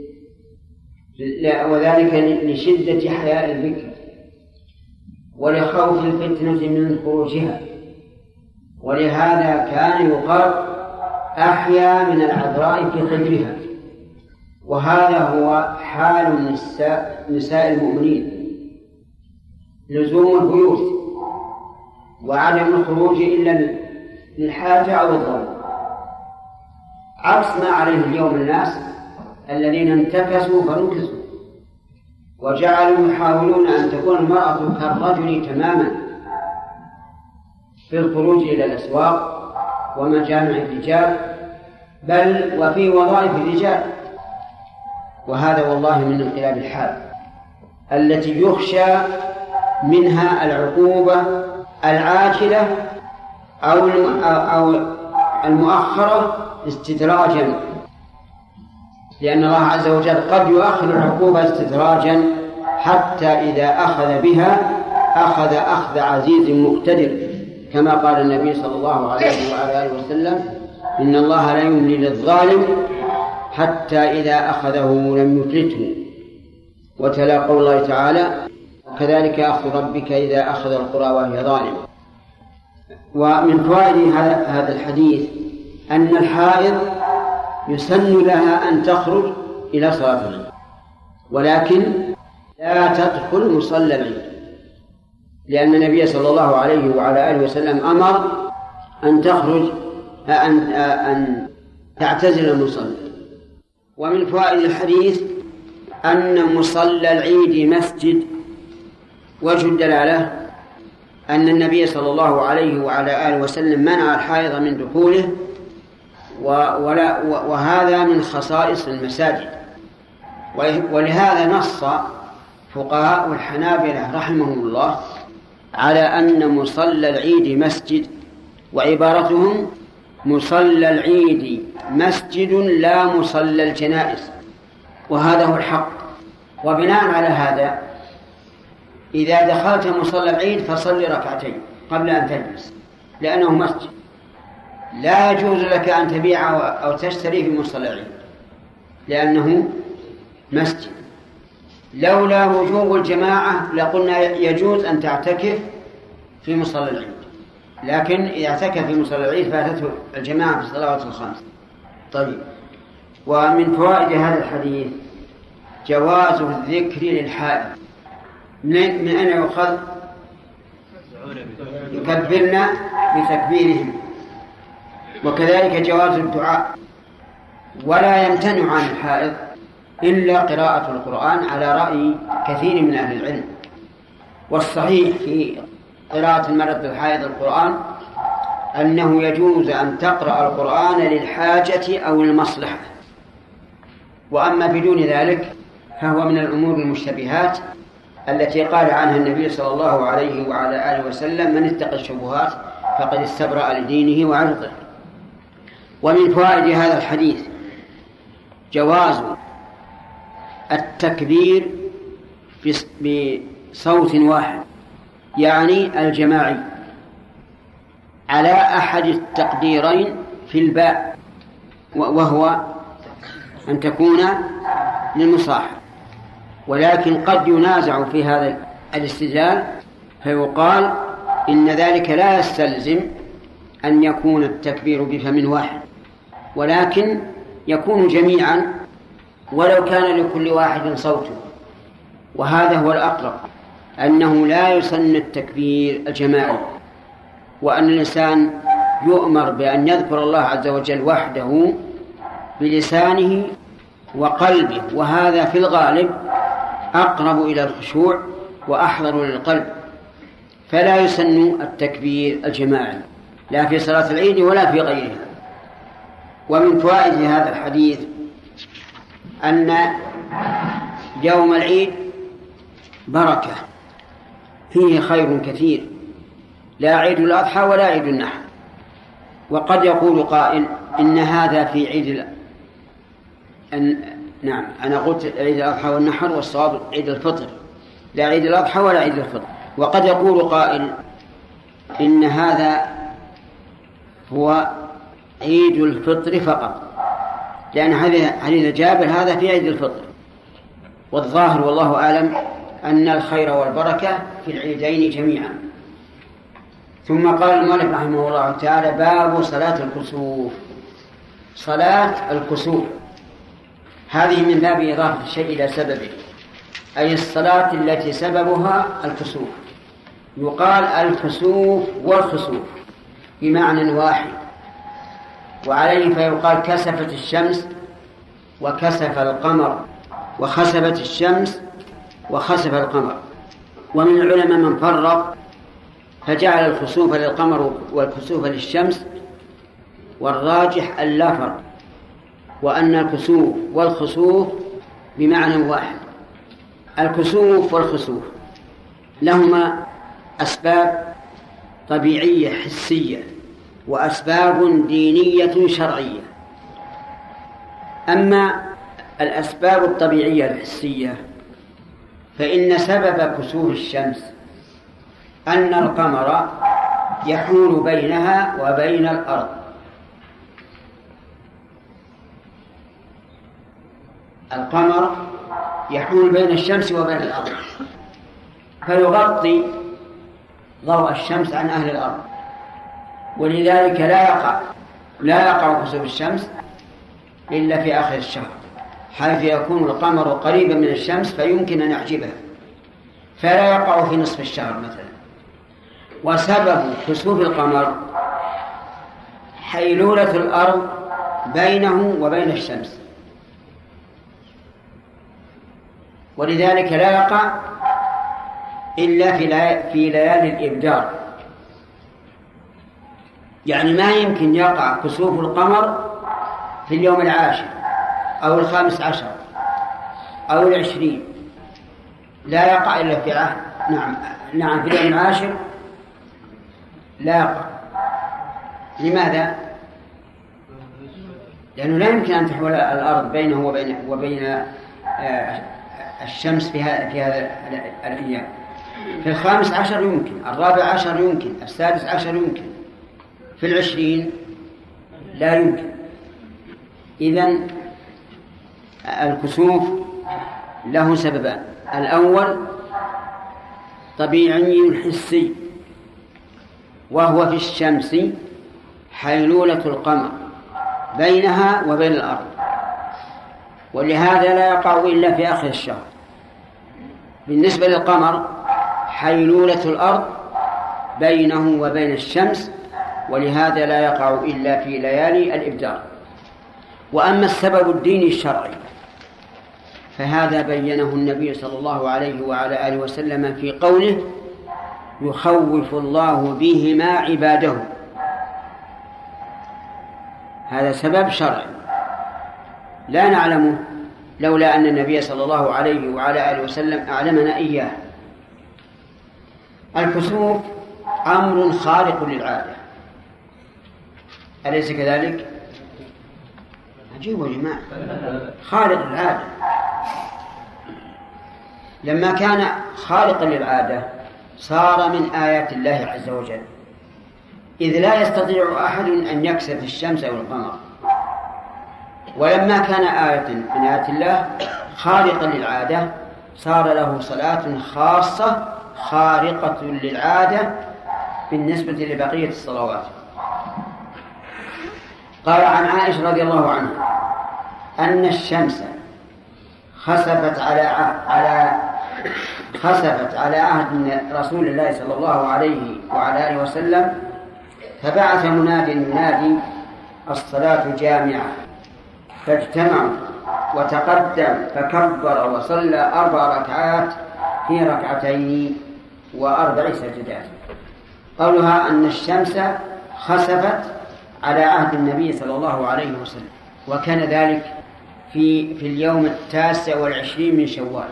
وذلك لشدة حياء الذكر ولخوف الفتنة من خروجها، ولهذا كان يقال أحيا من العذراء في خدرها. وهذا هو حال النساء نساء المؤمنين، لزوم البيوت وعدم الخروج إلا للحاجة أو الضرورة، عكس ما عليه اليوم الناس الذين انتكسوا فنكسوا وجعلوا يحاولون أن تكون المرأة كالرجل تماما في الخروج إلى الأسواق ومجامع الرجال، بل وفي وظائف الرجال. وهذا والله من انقلاب الحال التي يخشى منها العقوبة العاجلة أو أو المؤخرة استدراجا، لأن الله عز وجل قد يؤخر العقوبة استدراجا حتى إذا أخذ بها أخذ أخذ عزيز مقتدر، كما قال النبي صلى الله عليه وعلى آله وسلم إن الله لا يملي للظالم حتى إذا أخذه لم يفلته. وتلا قول الله تعالى كذلك أخذ ربك إذا أخذ القرى وهي ظالمة. ومن فوائد هذا الحديث أن الحائض يسن لها أن تخرج إلى صلاة العيد، ولكن لا تدخل مصلى العيد، لأن النبي صلى الله عليه وعلى آله وسلم أمر أن تخرج أن أن تعتزل المصلى. ومن فوائد الحديث أن مصلى العيد مسجد. وجه الدلالة أن النبي صلى الله عليه وعلى آله وسلم منع الحائض من دخوله، ولا وهذا من خصائص المساجد. ولهذا نص فقهاء الحنابلة رحمهم الله على أن مصلى العيد مسجد، وعبارتهم مصلى العيد مسجد لا مصلى الجنائز، وهذا هو الحق. وبناء على هذا إذا دخلت مصلى العيد فصل ركعتين قبل أن تجلس، لأنه مسجد. لا يجوز لك أن تبيع أو تشتري في مصلى العيد لأنه مسجد. لولا وجوب الجماعة لقلنا يجوز أن تعتكف في مصلى العيد، لكن إذا اعتكف في مصلى العيد فاتته الجماعة في الصلوات الخمس. طيب، ومن فوائد هذا الحديث جواز الذكر للحائض. من, من أين يؤخذ؟ يكبرنا بتكبيرهم. وكذلك جواز الدعاء، ولا يمتنع عن الحائض إلا قراءة القرآن على رأي كثير من أهل العلم. والصحيح في قراءة المرأة الحائض القرآن أنه يجوز أن تقرأ القرآن للحاجة أو المصلحة، وأما بدون ذلك فهو من الأمور المشتبهات التي قال عنها النبي صلى الله عليه وعلى آله وسلم: من اتقى الشبهات فقد استبرأ لدينه وعرضه. ومن فوائد هذا الحديث جواز التكبير بصوت واحد، يعني الجماعي، على أحد التقديرين في الباء، وهو أن تكون للمصاحب. ولكن قد ينازع في هذا الاستدلال فيقال إن ذلك لا يستلزم أن يكون التكبير بفم واحد، ولكن يكون جميعا ولو كان لكل واحد صوته. وهذا هو الأقرب، أنه لا يسن التكبير الجماعي، وأن الإنسان يؤمر بأن يذكر الله عز وجل وحده بلسانه وقلبه، وهذا في الغالب أقرب إلى الخشوع وأحضر للقلب، فلا يسن التكبير الجماعي لا في صلاة العيد ولا في غيرها. ومن فوائد هذا الحديث أن يوم العيد بركة فيه خير كثير، لا عيد الأضحى ولا عيد النحر. وقد يقول قائل إن هذا في عيد أن... نعم أنا قلت عيد الأضحى والنحر، والصواب عيد الفطر، لا عيد الأضحى ولا عيد الفطر. وقد يقول قائل إن هذا هو عيد الفطر فقط، لأن حديث جابر هذا في عيد الفطر. والظاهر والله أعلم أن الخير والبركة في العيدين جميعا. ثم قال المؤلف رحمه الله تعالى: باب صلاة الكسوف. صلاة الكسوف هذه من باب إضافة الشيء إلى سببه، أي الصلاة التي سببها الكسوف. يقال الكسوف والخسوف بمعنى واحد، وعليه فيقال كسفت الشمس وكسف القمر، وخسفت الشمس وخسف القمر. ومن العلماء من فرق فجعل الخسوف للقمر والكسوف للشمس، والراجح اللا فرق، وأن الكسوف والخسوف بمعنى واحد. الكسوف والخسوف لهما أسباب طبيعية حسية وأسباب دينية شرعية. أما الأسباب الطبيعية الحسية فإن سبب كسوف الشمس أن القمر يحول بينها وبين الأرض، القمر يحول بين الشمس وبين الأرض، فيغطي ضوء الشمس عن أهل الأرض، ولذلك لا يقع لا يقع كسوف الشمس إلا في آخر الشهر، حيث يكون القمر قريبا من الشمس فيمكن أن يحجبها، فلا يقع في نصف الشهر مثلا. وسبب كسوف القمر حيلولة الأرض بينه وبين الشمس، ولذلك لا يقع إلا في ليالي الإبدار. يعني ما يمكن يقع كسوف القمر في اليوم العاشر أو الخامس عشر أو العشرين، لا يقع إلا في عهد نعم نعم في اليوم العاشر لا يقع. لماذا؟ لأنه لا يمكن أن تحول الأرض بينه وبين وبين الشمس في هذا في هذا الأيام. في الخامس عشر يمكن، الرابع عشر يمكن، السادس عشر يمكن، في العشرين لا يمكن. إذن الكسوف له سببان: الأول طبيعي حسي، وهو في الشمس حيلولة القمر بينها وبين الأرض، ولهذا لا يقع إلا في آخر الشهر. بالنسبة للقمر حيلولة الأرض بينه وبين الشمس، ولهذا لا يقع إلا في ليالي الإبدار. وأما السبب الديني الشرعي فهذا بينه النبي صلى الله عليه وعلى آله وسلم في قوله: يخوف الله بهما عباده. هذا سبب شرعي لا نعلمه لولا أن النبي صلى الله عليه وعلى آله وسلم أعلمنا إياه، الكسوف أمر خارق للعادة، أليس كذلك؟ عجيب يا جماعة، خارق للعادة. لما كان خارقا للعادة صار من آيات الله عز وجل، إذ لا يستطيع أحد أن يكسف الشمس أو القمر. ولما كان آية من آيات الله خارقا للعادة صار له صلاة خاصة خارقة للعادة بالنسبة لبقية الصلوات. قال عن عائشة رضي الله عنها أن الشمس خسفت على على خسفت على عهد رسول الله صلى الله عليه وعلى آله وسلم، فبعث مناد ينادي الصلاة جامعة، فاجتمعوا وتقدم فكبر وصلى أربع ركعات في ركعتين وأربع سجدات. قولها أن الشمس خسفت على عهد النبي صلى الله عليه وسلم، وكان ذلك في في اليوم التاسع والعشرين من شوال،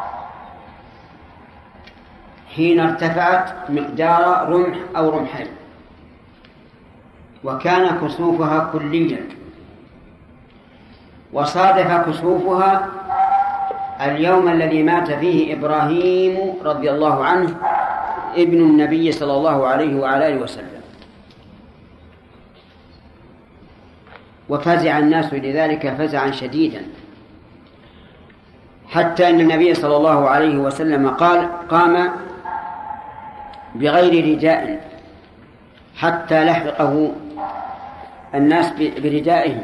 حين ارتفعت مقدار رمح أو رمحين، وكان كسوفها كليا. وصادف كسوفها اليوم الذي مات فيه إبراهيم رضي الله عنه ابن النبي صلى الله عليه وعلى آله وسلم، وفزع الناس لذلك فزعا شديدا، حتى أن النبي صلى الله عليه وسلم قال قام بغير رداء حتى لحقه الناس بردائه،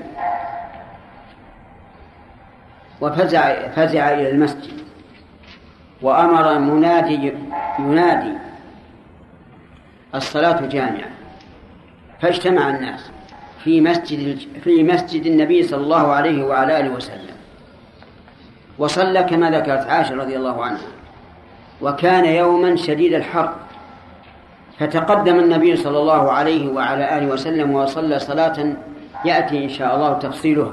وفزع فزع إلى المسجد، وأمر منادي ينادي الصلاة جامعة، فاجتمع الناس في مسجد في مسجد النبي صلى الله عليه وعلى آله وسلم، وصلى كما ذكرت عائشة رضي الله عنها. وكان يوما شديد الحر، فتقدم النبي صلى الله عليه وعلى آله وسلم وصلى صلاة يأتي إن شاء الله تفصيلها،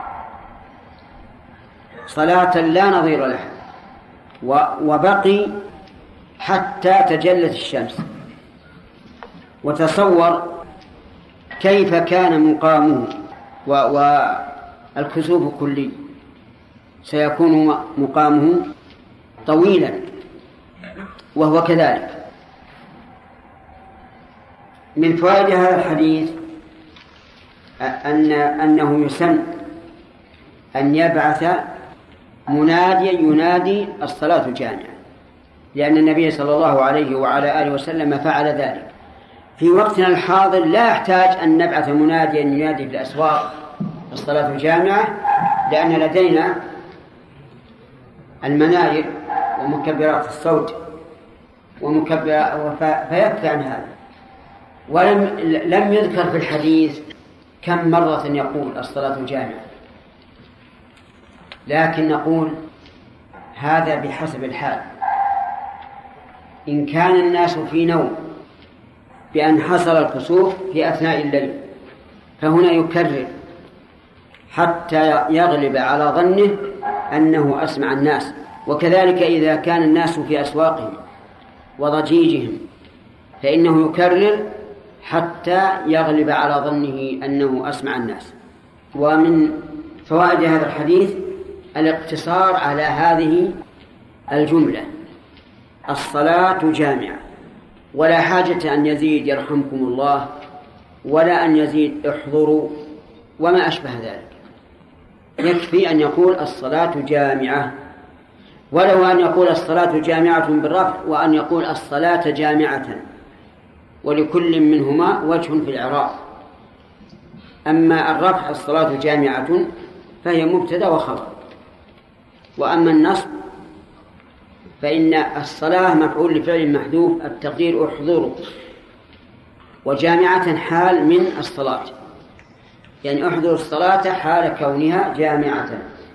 صلاة لا نظير لها، وبقي حتى تجلت الشمس. وتصور كيف كان مقامه والكسوف كلي، سيكون مقامه طويلا، وهو كذلك. من فوائد هذا الحديث أن أنه يسن أن يبعث مناديا ينادي الصلاة جامعة، لأن النبي صلى الله عليه وعلى آله وسلم فعل ذلك. في وقتنا الحاضر لا يحتاج أن نبعث مناديا ينادي في الأسواق الصلاة جامعة، لأن لدينا المناير ومكبرات الصوت ومكبر فيكفي عن هذا. ولم لم يذكر في الحديث كم مرة يقول الصلاة جامعة، لكن نقول هذا بحسب الحال. إن كان الناس في نوم بأن حصل الكسوف في أثناء الليل فهنا يكرر حتى يغلب على ظنه أنه أسمع الناس. وكذلك إذا كان الناس في أسواقهم وضجيجهم فإنه يكرر حتى يغلب على ظنه أنه أسمع الناس. ومن فوائد هذا الحديث الاقتصار على هذه الجملة: الصلاة جامعة، ولا حاجة أن يزيد يرحمكم الله، ولا أن يزيد احضروا وما أشبه ذلك. يكفي أن يقول الصلاة جامعة، ولو أن يقول الصلاة جامعة بالرفع، وأن يقول الصلاة جامعة، ولكل منهما وجه في الإعراب. أما الرفع الصلاة جامعة فهي مبتدأ وخبر، وأما النصب فإن الصلاة مفعول لفعل محذوف التقدير احضروا، وجامعة حال من الصلاة، يعني احضروا الصلاة حال كونها جامعة.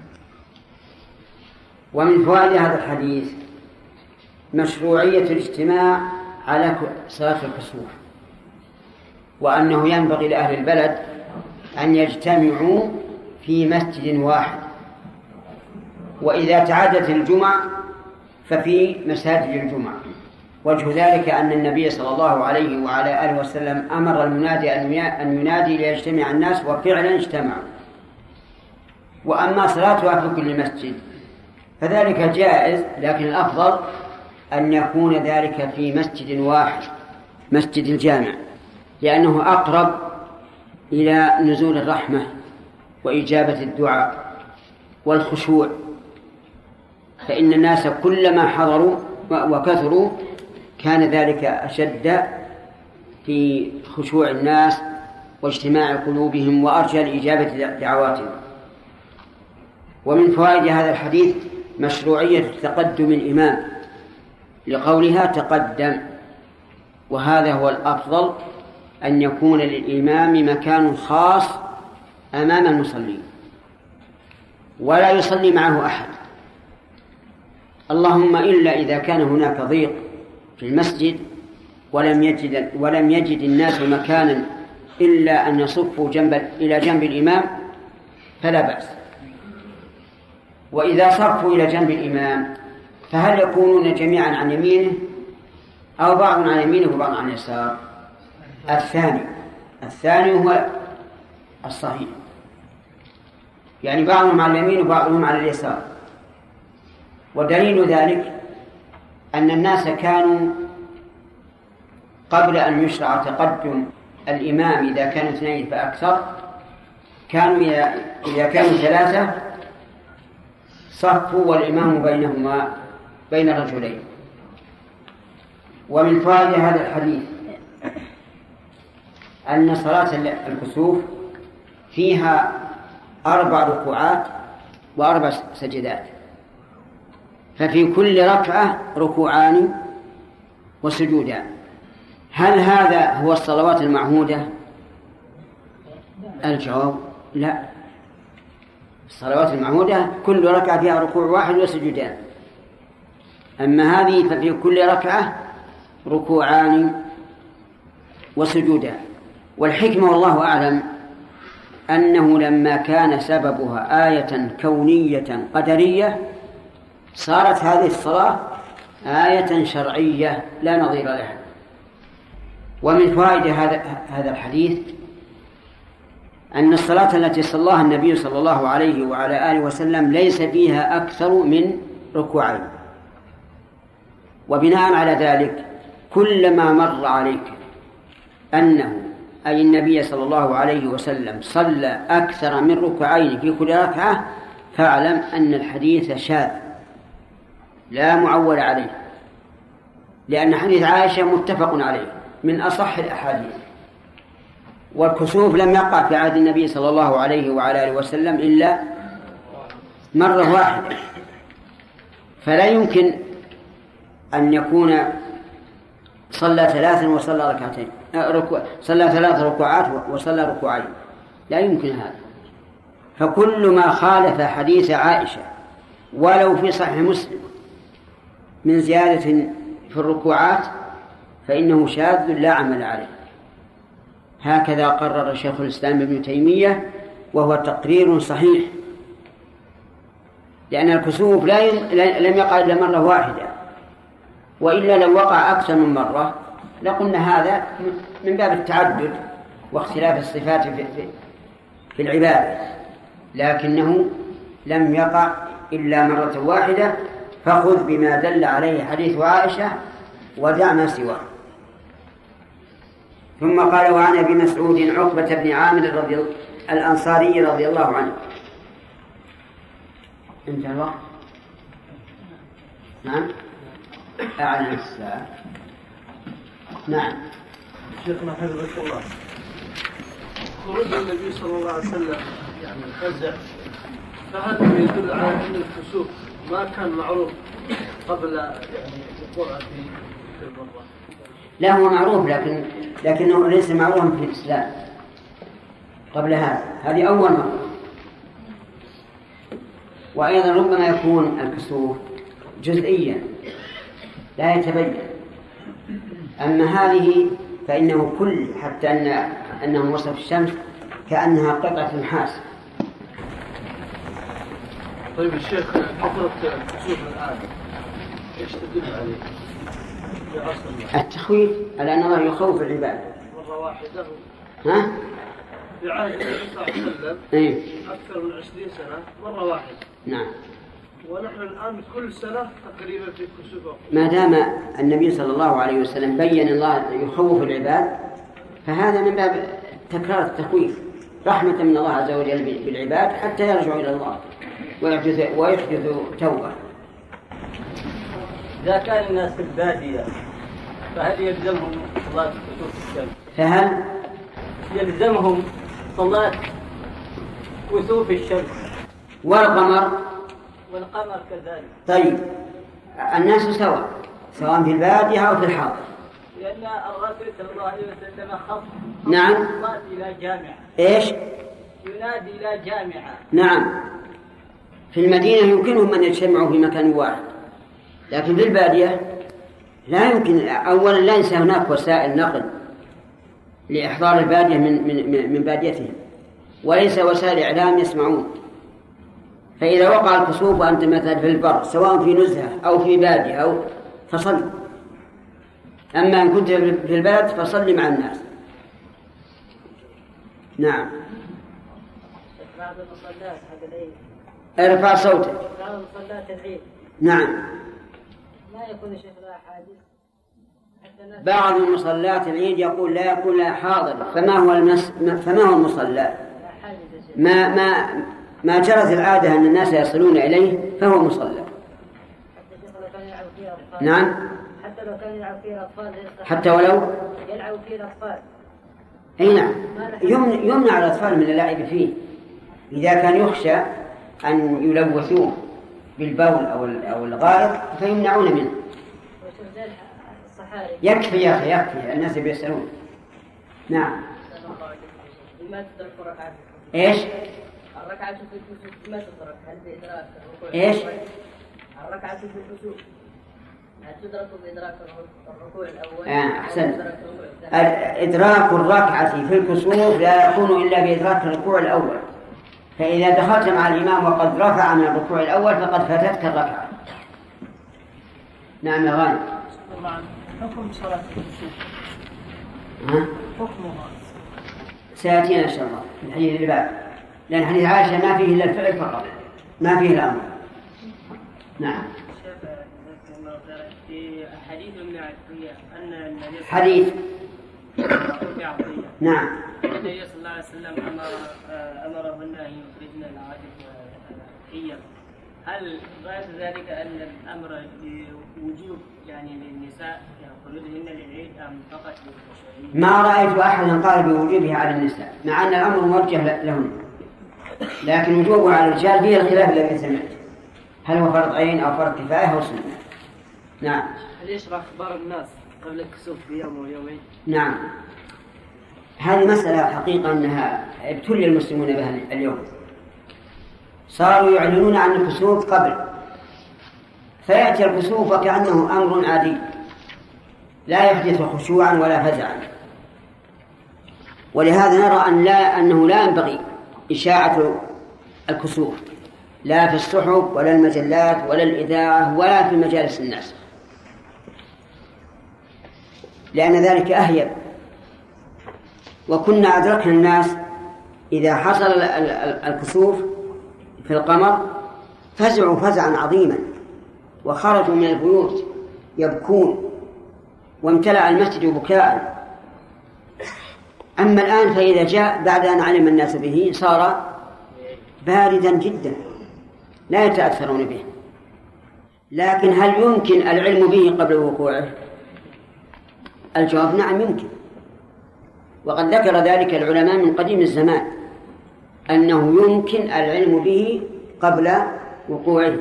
ومن فوائد هذا الحديث مشروعية الاجتماع على صلاة الكسوف، وأنه ينبغي لأهل البلد أن يجتمعوا في مسجد واحد، وإذا تعدت الجمعة ففي مساجد الجمعة، وجه ذلك أن النبي صلى الله عليه وعلى آله وسلم أمر المنادي أن ينادي ليجتمع الناس، وفعلا اجتمعوا. وأما صلاتها في كل مسجد فذلك جائز، لكن الأفضل أن يكون ذلك في مسجد واحد، مسجد الجامع، لأنه أقرب إلى نزول الرحمة وإجابة الدعاء والخشوع، فإن الناس كلما حضروا وكثروا كان ذلك أشد في خشوع الناس واجتماع قلوبهم وأرجى لإجابة دعواتهم. ومن فوائد هذا الحديث مشروعية تقدم الإمام لقولها تقدم، وهذا هو الأفضل، أن يكون للإمام مكان خاص أمام المصلين ولا يصلي معه أحد، اللهم إلا إذا كان هناك ضيق في المسجد ولم يجد, ولم يجد الناس مكانا إلا أن يصفوا جنب إلى جنب الإمام فلا بأس. وإذا صفوا إلى جنب الإمام فهل يكونون جميعا عن يمينه أو بعض عن يمينه وبعض عن يسار؟ الثاني الثاني هو الصحيح، يعني بعضهم على اليمين وبعضهم على اليسار. ودليل ذلك أن الناس كانوا قبل أن يشرع تقدم الإمام إذا كانوا اثنين فأكثر، كانوا إذا كانوا ثلاثة صفوا والإمام بينهما بين الرجلين. ومن فوائد هذا الحديث أن صلاة الكسوف فيها أربع ركوعات وأربع سجدات، ففي كل ركعة ركوعان وسجودان. هل هذا هو الصلوات المعهودة؟ الجواب لا، الصلوات المعهودة كل ركعة فيها ركوع واحد وسجودان، أما هذه ففي كل ركعة ركوعان وسجودان. والحكمة والله أعلم أنه لما كان سببها آية كونية قدرية صارت هذه الصلاة آية شرعية لا نظير لها. ومن فوائد هذا هذا الحديث أن الصلاة التي صلاها النبي صلى الله عليه وعلى آله وسلم ليس فيها أكثر من ركوعين، وبناء على ذلك كلما مر عليك أنه أي النبي صلى الله عليه وسلم صلى أكثر من ركوعين في كل ركعة فاعلم أن الحديث شاذ لا معول عليه، لأن حديث عائشة متفق عليه من أصح الأحاديث. والكسوف لم يقع في عهد النبي صلى الله عليه وعلى آله وسلم إلا مرة واحدة، فلا يمكن أن يكون صلى ثلاثا وصلى ركعتين ركوع صلى ثلاث ركوعات وصلى ركوعين، لا يمكن هذا. فكل ما خالف حديث عائشة ولو في صحيح مسلم من زيادة في الركوعات فإنه شاذ لا عمل عليه. هكذا قرر شيخ الإسلام ابن تيمية، وهو تقرير صحيح، لأن الكسوف لا ي... لم يقع إلا مرة واحدة، وإلا لو وقع أكثر من مرة لقلنا هذا من باب التعدد واختلاف الصفات في, في العبادة، لكنه لم يقع إلا مرة واحدة. فخذ بما دل عليه حديث عائشة ودع ما سواه. ثم قال: وعن ابي مسعود عقبة بن عامر رضي الأنصاري رضي الله عنه. انتهى الوقت؟ نعم. أعلن الساعة. نعم. شيخنا حفظك الله، خروج النبي صلى الله عليه وسلم يعني الفزع، فهذا يدل على أن الكسوف ما كان معروف قبل يعني وقوعه في المرة. لا، هو معروف لكن لكنه ليس معروفا في الإسلام قبل هذا. هذه أول مرة. وأيضا ربما يكون الكسوف جزئيا لا يتبين، أما هذه فإنه كل، حتى أن أنه وصف الشمس كأنها قطعة نحاس. طيب الشيخ، كثرة الكسوف الآن ايش تدل عليه؟ في عصرنا. التخويف على أن الله يخوف العباد مرة واحدة. ها؟ في عهد النبي صلى الله عليه وسلم إيه؟ أكثر من عشرين سنة مرة واحدة. نعم. ونحن الآن كل سنة تقريبا في كسوف. ما دام النبي صلى الله عليه وسلم بين الله يخوف العباد فهذا من باب تكرار التخويف رحمة من الله عز وجل بالعباد حتى يرجعوا إلى الله ويحدث ويحدث توبة. إذا كان الناس في البادية فهل يلزمهم صلاة كسوف الشمس؟ فهل يلزمهم صلاة كسوف الشمس والقمر والقمر كذلك؟ طيب الناس سواء سواء في البادية أو في الحاضر. لأن الرسول صلى الله عليه وسلم خط نعم. الصلاة إلى جامعة. إيش؟ ينادي إلى جامعة. نعم. في المدينة يمكنهم أن يجتمعوا في مكان واحد، لكن في البادية لا يمكن. أولا لا ينسى هناك وسائل نقل لإحضار البادية من من من باديتهم، وليس وسائل إعلام يسمعون. فإذا وقع الكسوف وأنت مثلا في البر سواء في نزهة أو في بادية أو فصل. أما إن كنت في البلد فصل مع الناس. نعم. بعض المصلات حق العيد ارفع صوتك. بعض مصلات العيد نعم. ما يكون شيخ لها حادث. بعض المصلات العيد يقول لا يكون لها حاضر. فما هو المس... فما هو المصلى؟ ما ما ما جرت العادة أن الناس يصلون إليه فهو مصلى. نعم. حتى لو كان يلعب فيه الأطفال. حتى ولو يلعب فيه الأطفال. أي نعم. يمنع الأطفال من اللعب فيه إذا كان يخشى أن يلوثوه بالبول أو أو الغائط فيمنعون منه. يكفي يا أخي يكفي الناس بيسألون. نعم. ما تدرك ركعة. إيش؟ الركعة في الكسوف ما تدرك هل بإدراك الركوع؟ إيش؟ الركعة في الكسوف هل تدرك بإدراك الركوع الأول؟ آه أحسنت. إدراك الركعة في الكسوف لا يكون إلا بإدراك الركوع الأول. فإذا دخلت مع الإمام وقد رفع من الركوع الأول فقد فاتتك الركعة. نعم يا غانم. حكم صلاة الكسوف. ها؟ حكمها سيأتينا إن شاء الله في الحديث اللي بعد، لأن حديث عائشة ما فيه إلا الفعل فقط ما فيه الأمر. نعم. في حديث ابن عطية أن النبي حديث نعم النبي صلى الله عليه وسلم أمر أمرهن أن يخرجن العاتق والحية. هل غاية ذلك أن الأمر بوجوب يعني للنساء خروجهن للعيد أم فقط للمشاهير؟ ما رأيت أحدا قال بوجوبها على النساء مع أن الأمر موجه لهم، لكن وجوبه على الرجال فيه الخلاف الذي سمعت هل هو فرض عين أو فرض كفاية أو سنة. نعم. هل يشرح أخبار الناس قبل الكسوف بيوم ويومين؟ نعم. هذه مسألة حقيقة أنها ابتلي المسلمون بها اليوم. صاروا يعلنون عن الكسوف قبل، فيأتي الكسوف وكأنه أمر عادي لا يحدث خشوعا ولا فزعا. ولهذا نرى أن لا أنه لا ينبغي إشاعة الكسوف لا في الصحف ولا المجلات ولا الإذاعة ولا في مجالس الناس، لأن ذلك أهيب. وكنا أدركنا الناس إذا حصل الكسوف في القمر فزعوا فزعا عظيما وخرجوا من البيوت يبكون وامتلأ المسجد بكاء. أما الآن فإذا جاء بعد أن علم الناس به صار باردا جدا لا يتأثرون به. لكن هل يمكن العلم به قبل وقوعه؟ الجواب نعم يمكن، وقد ذكر ذلك العلماء من قديم الزمان أنه يمكن العلم به قبل وقوعه،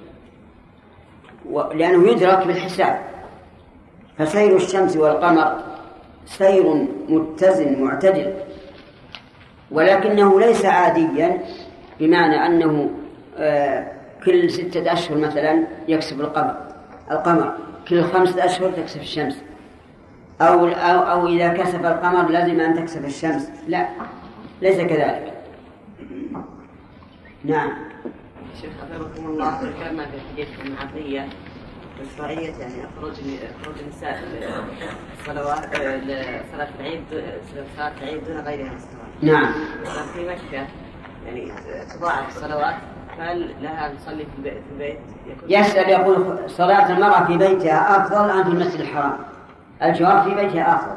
لأنه يدرك بالحساب. فسير الشمس والقمر سير متزن معتدل، ولكنه ليس عاديا بمعنى أنه كل ستة أشهر مثلا يكسف القمر القمر كل خمسة أشهر تكسف الشمس، أو, أو, أو إذا كسف القمر لازم أن تكسف الشمس. لا، ليس كذلك. نعم. شيخ حفظكم الله ذكرنا في حديث ابن عطية مشروعية يعني خروج خروج النساء الصلوات لصلاة العيد صلاة العيد دون غيرها من الصلوات. نعم. في مكة يعني تضاعف الصلوات، فهل لها نصلي في البيت؟ يسأل يقول صلاة المرأة في بيتها أفضل أم في المسجد الحرام؟ الجواب في بيتها أفضل.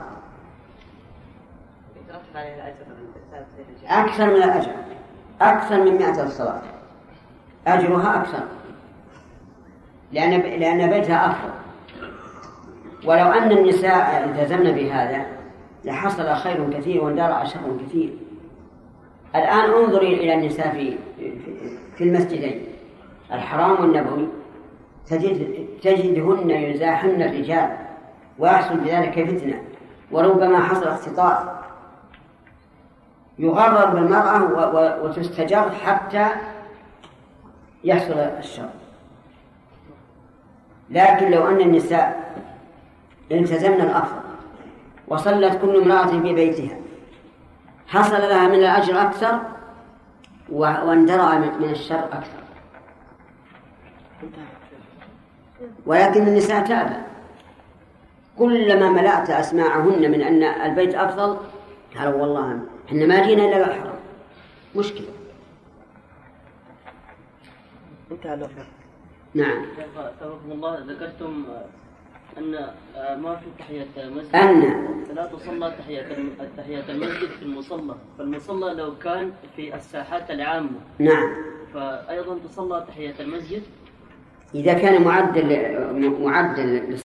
يترتب عليها الأجر أكثر من الأجر، أكثر من مئة الصلاة، أجرها أكثر، لأن لأن بيتها أفضل. ولو أن النساء التزمن بهذا لحصل خير كثير واندرأ شر كثير. الآن انظري إلى النساء في في المسجدين الحرام والنبوي، تجد تجدهن يزاحمن الرجال ويحصل بذلك فتنة، وربما حصل اختلاط، يغرر بالمرأة وتستجر حتى يحصل الشر. لكن لو أن النساء التزمن الأفضل وصلت كل امرأة في بيتها حصل لها من الأجر أكثر واندرأ من الشر أكثر. ولكن النساء تابع، كلما ملأت أسماعهن من أن البيت أفضل قالوا والله إحنا ما جينا إلا الحرام، مشكلة. نعم. توفق الله، ذكرتم أن ما في تحية المسجد أن لا تصلى تحية تحية المسجد في المصلى، فالمصلى لو كان في الساحات العامة نعم فأيضا تصلى تحية المسجد إذا كان معدل معدل